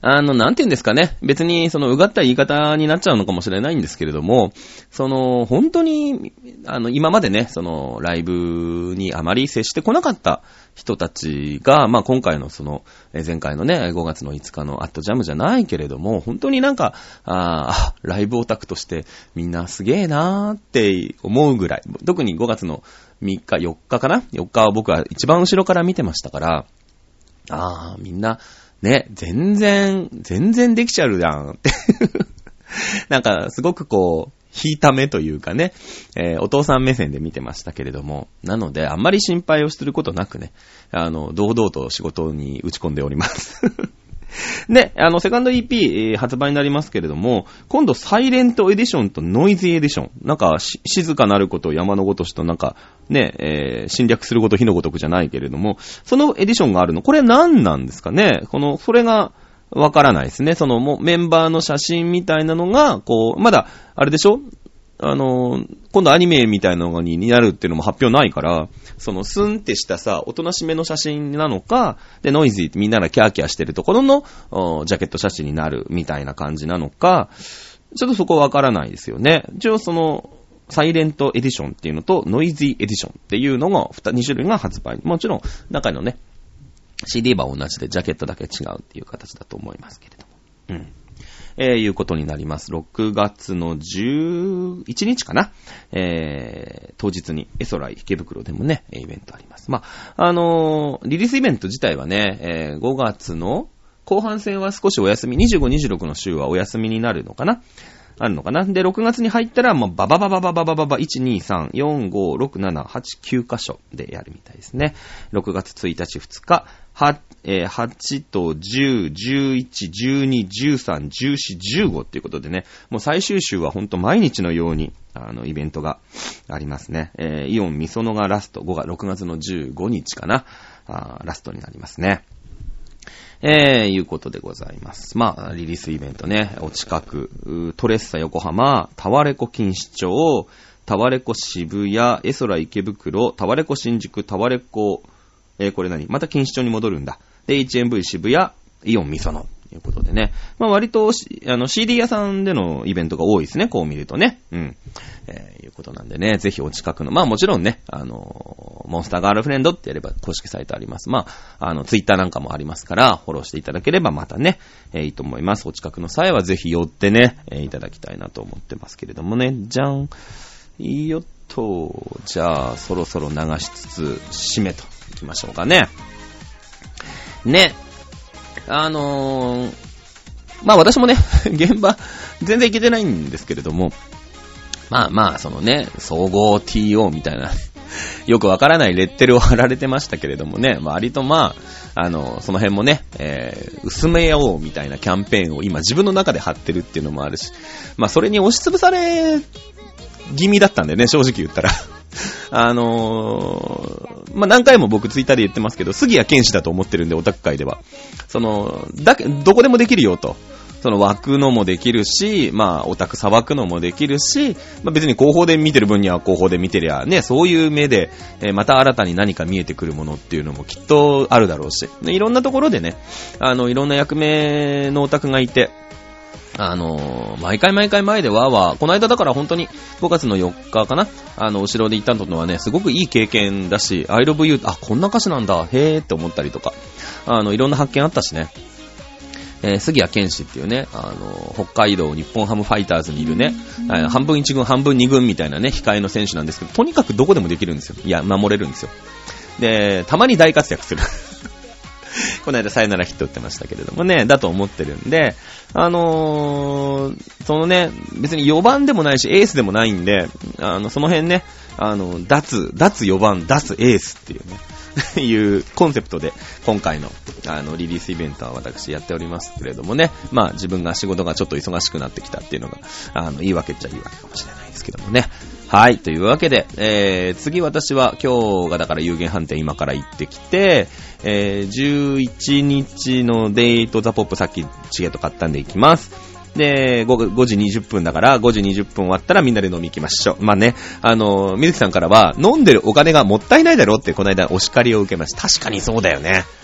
あの、なんて言うんですかね。別に、その、うがった言い方になっちゃうのかもしれないんですけれども、その、本当に、あの、今までね、その、ライブにあまり接してこなかった人たちが、まあ、今回のその、前回のね、ごがつのいつかのアットジャムじゃないけれども、本当になんか、あライブオタクとしてみんなすげえなーって思うぐらい、特にごがつのみっか、よっかかな ?よっ 日は僕は一番後ろから見てましたから、ああ、みんな、ね、全然、全然できちゃうじゃんって。なんか、すごくこう、引いた目というかね、えー、お父さん目線で見てましたけれども、なので、あんまり心配をすることなくね、あの、堂々と仕事に打ち込んでおります。で、あの、セカンド イーピー、えー、発売になりますけれども、今度サイレントエディションとノイズエディション。なんか、静かなること山のごとしとなんか、ね、えー、侵略すること火のごとくじゃないけれども、そのエディションがあるの。これ何なんですかね？この、それが、わからないですね。その、もメンバーの写真みたいなのが、こう、まだ、あれでしょ？あの、今度アニメみたいなのになるっていうのも発表ないから、そのスンってしたさ、おとなしめの写真なのか、で、ノイズってみんながキャーキャーしてるところのジャケット写真になるみたいな感じなのか、ちょっとそこわからないですよね。一応その、サイレントエディションっていうのと、ノイズエディションっていうのが、に種類が発売。もちろん、中のね、シーディー は同じで、ジャケットだけ違うっていう形だと思いますけれども。うん。えー、いうことになります。ろくがつのじゅういちにちかな。えー、当日にエソライ池袋でもね、イベントあります。まあ、あのー、リリースイベント自体はね、えー、ごがつの後半戦は少しお休み、にじゅうご、にじゅうろくの週はお休みになるのかな。あるのかな。で、ろくがつに入ったら、もうバババババババババ、いち、に、さん、よん、ご、ろく、なな、はち、きゅう箇所でやるみたいですね。ろくがつついたち、ふつか、は、えー、はちとじゅう、じゅういち、じゅうに、じゅうさん、じゅうよん、じゅうごっていうことでね、もう最終週はほんと毎日のように、あの、イベントがありますね。えー、イオンみそのがラスト、ごがつ、ろくがつのじゅうごにちかな、あラストになりますね。えー、いうことでございます。まあ、リリースイベントね、お近く、トレッサ横浜、タワレコ錦糸町、タワレコ渋谷、エソラ池袋、タワレコ新宿、タワレコ、えー、これ何？また錦糸町に戻るんだ。で、エイチエムブイ 渋谷、イオンみその。ということでね。まあ割と、あの、シーディー 屋さんでのイベントが多いですね。こう見るとね。うん。えー、いうことなんでね。ぜひお近くの。まあもちろんね、あの、モンスターガールフレンドってやれば公式サイトあります。まあ、あの、ツイッターなんかもありますから、フォローしていただければまたね、えー、いいと思います。お近くの際はぜひ寄ってね、えー、いただきたいなと思ってますけれどもね。じゃん。いいよっと。じゃあ、そろそろ流しつつ、締めといきましょうかね。ね。あのー、まあ私もね、現場全然行けてないんですけれども、まあまあそのね、総合 ティーオー みたいな、よくわからないレッテルを貼られてましたけれどもね、割とまあ、あの、その辺もね、えー、薄めようみたいなキャンペーンを今自分の中で貼ってるっていうのもあるし、まあそれに押しつぶされ気味だったんでね、正直言ったら。あのー、まあ、何回も僕ツイッターで言ってますけど、杉谷拳士だと思ってるんで、オタク界では。その、だけ、どこでもできるよと。その、湧くのもできるし、まあ、オタク騒くのもできるし、まあ、別に広報で見てる分には広報で見てりゃ、ね、そういう目で、えー、また新たに何か見えてくるものっていうのもきっとあるだろうし、いろんなところでね、あの、いろんな役目のオタクがいて、あのー、毎回毎回前でわーわー、この間だから本当にごがつのよっかかな、あの、後ろで行ったのはね、すごくいい経験だし、I love you、あ、こんな歌詞なんだ、へーって思ったりとか、あの、いろんな発見あったしね、えー、杉谷拳士っていうね、あの、北海道日本ハムファイターズにいるね、半分いち軍、半分に軍みたいなね、控えの選手なんですけど、とにかくどこでもできるんですよ。いや、守れるんですよ。で、たまに大活躍する。この間サヨナラヒット打ってましたけれどもね、だと思ってるんで、あのー、そのね、別によばんでもないしエースでもないんで、あの、その辺ね、あの、脱、脱よばん、脱エースっていうね、いうコンセプトで今回のあのリリースイベントは私やっておりますけれどもね、まあ自分が仕事がちょっと忙しくなってきたっていうのが、あの、いいわけっちゃいいわけかもしれないですけどもね。はい、というわけで、えー、次私は今日がだから有限飯店今から行ってきて、えー、じゅういちにちのデイトザポップさっきチケット買ったんで行きます。で、ごじにじゅっぷんだからごじにじゅっぷん終わったらみんなで飲み行きましょう。まあね、あの、みずきさんからは飲んでるお金がもったいないだろってこの間お叱りを受けました。確かにそうだよね。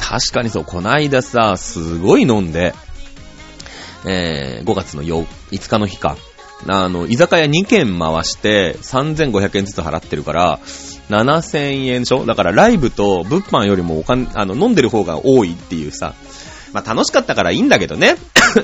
確かにそう、こないださ、すごい飲んで、えー、ごがつのよっかの日か。あの、居酒屋にけん回してさんぜんごひゃくえんずつ払ってるから、ななせんえんでしょ？だからライブと物販よりもお金、あの、飲んでる方が多いっていうさ。まあ、楽しかったからいいんだけどね。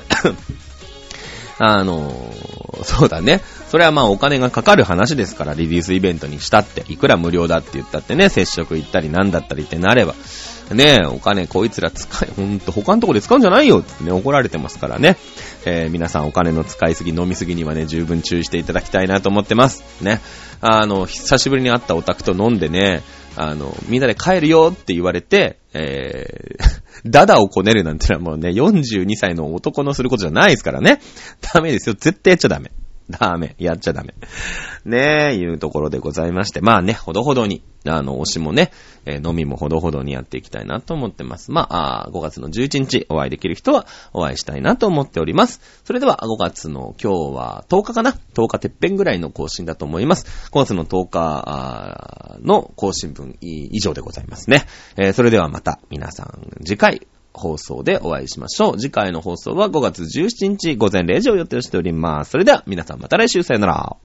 あのー、そうだね。それはまあお金がかかる話ですから、リリースイベントにしたって、いくら無料だって言ったってね、接触行ったりなんだったりってなれば、ねえ、お金こいつら使い、ほんと他のとこで使うんじゃないよってね、怒られてますからね。えー、皆さんお金の使いすぎ、飲みすぎにはね、十分注意していただきたいなと思ってます。ね。あの、久しぶりに会ったオタクと飲んでね、あの、みんなで帰るよって言われて、えー、ダダをこねるなんてのはもうね、よんじゅうにさいの男のすることじゃないですからね。ダメですよ。絶対やっちゃダメ。ダメ。やっちゃダメ。ねえ、いうところでございまして。まあね、ほどほどに、あの、推しもね、えー、飲みもほどほどにやっていきたいなと思ってます。まあ、あごがつのじゅういちにちお会いできる人はお会いしたいなと思っております。それではごがつの今日はとおかかな ?とおかてっぺんぐらいの更新だと思います。ごがつのとおかの更新分以上でございますね。えー、それではまた皆さん次回放送でお会いしましょう。次回の放送はごがつじゅうしちにち午前れいじを予定しております。それでは皆さんまた来週さよなら。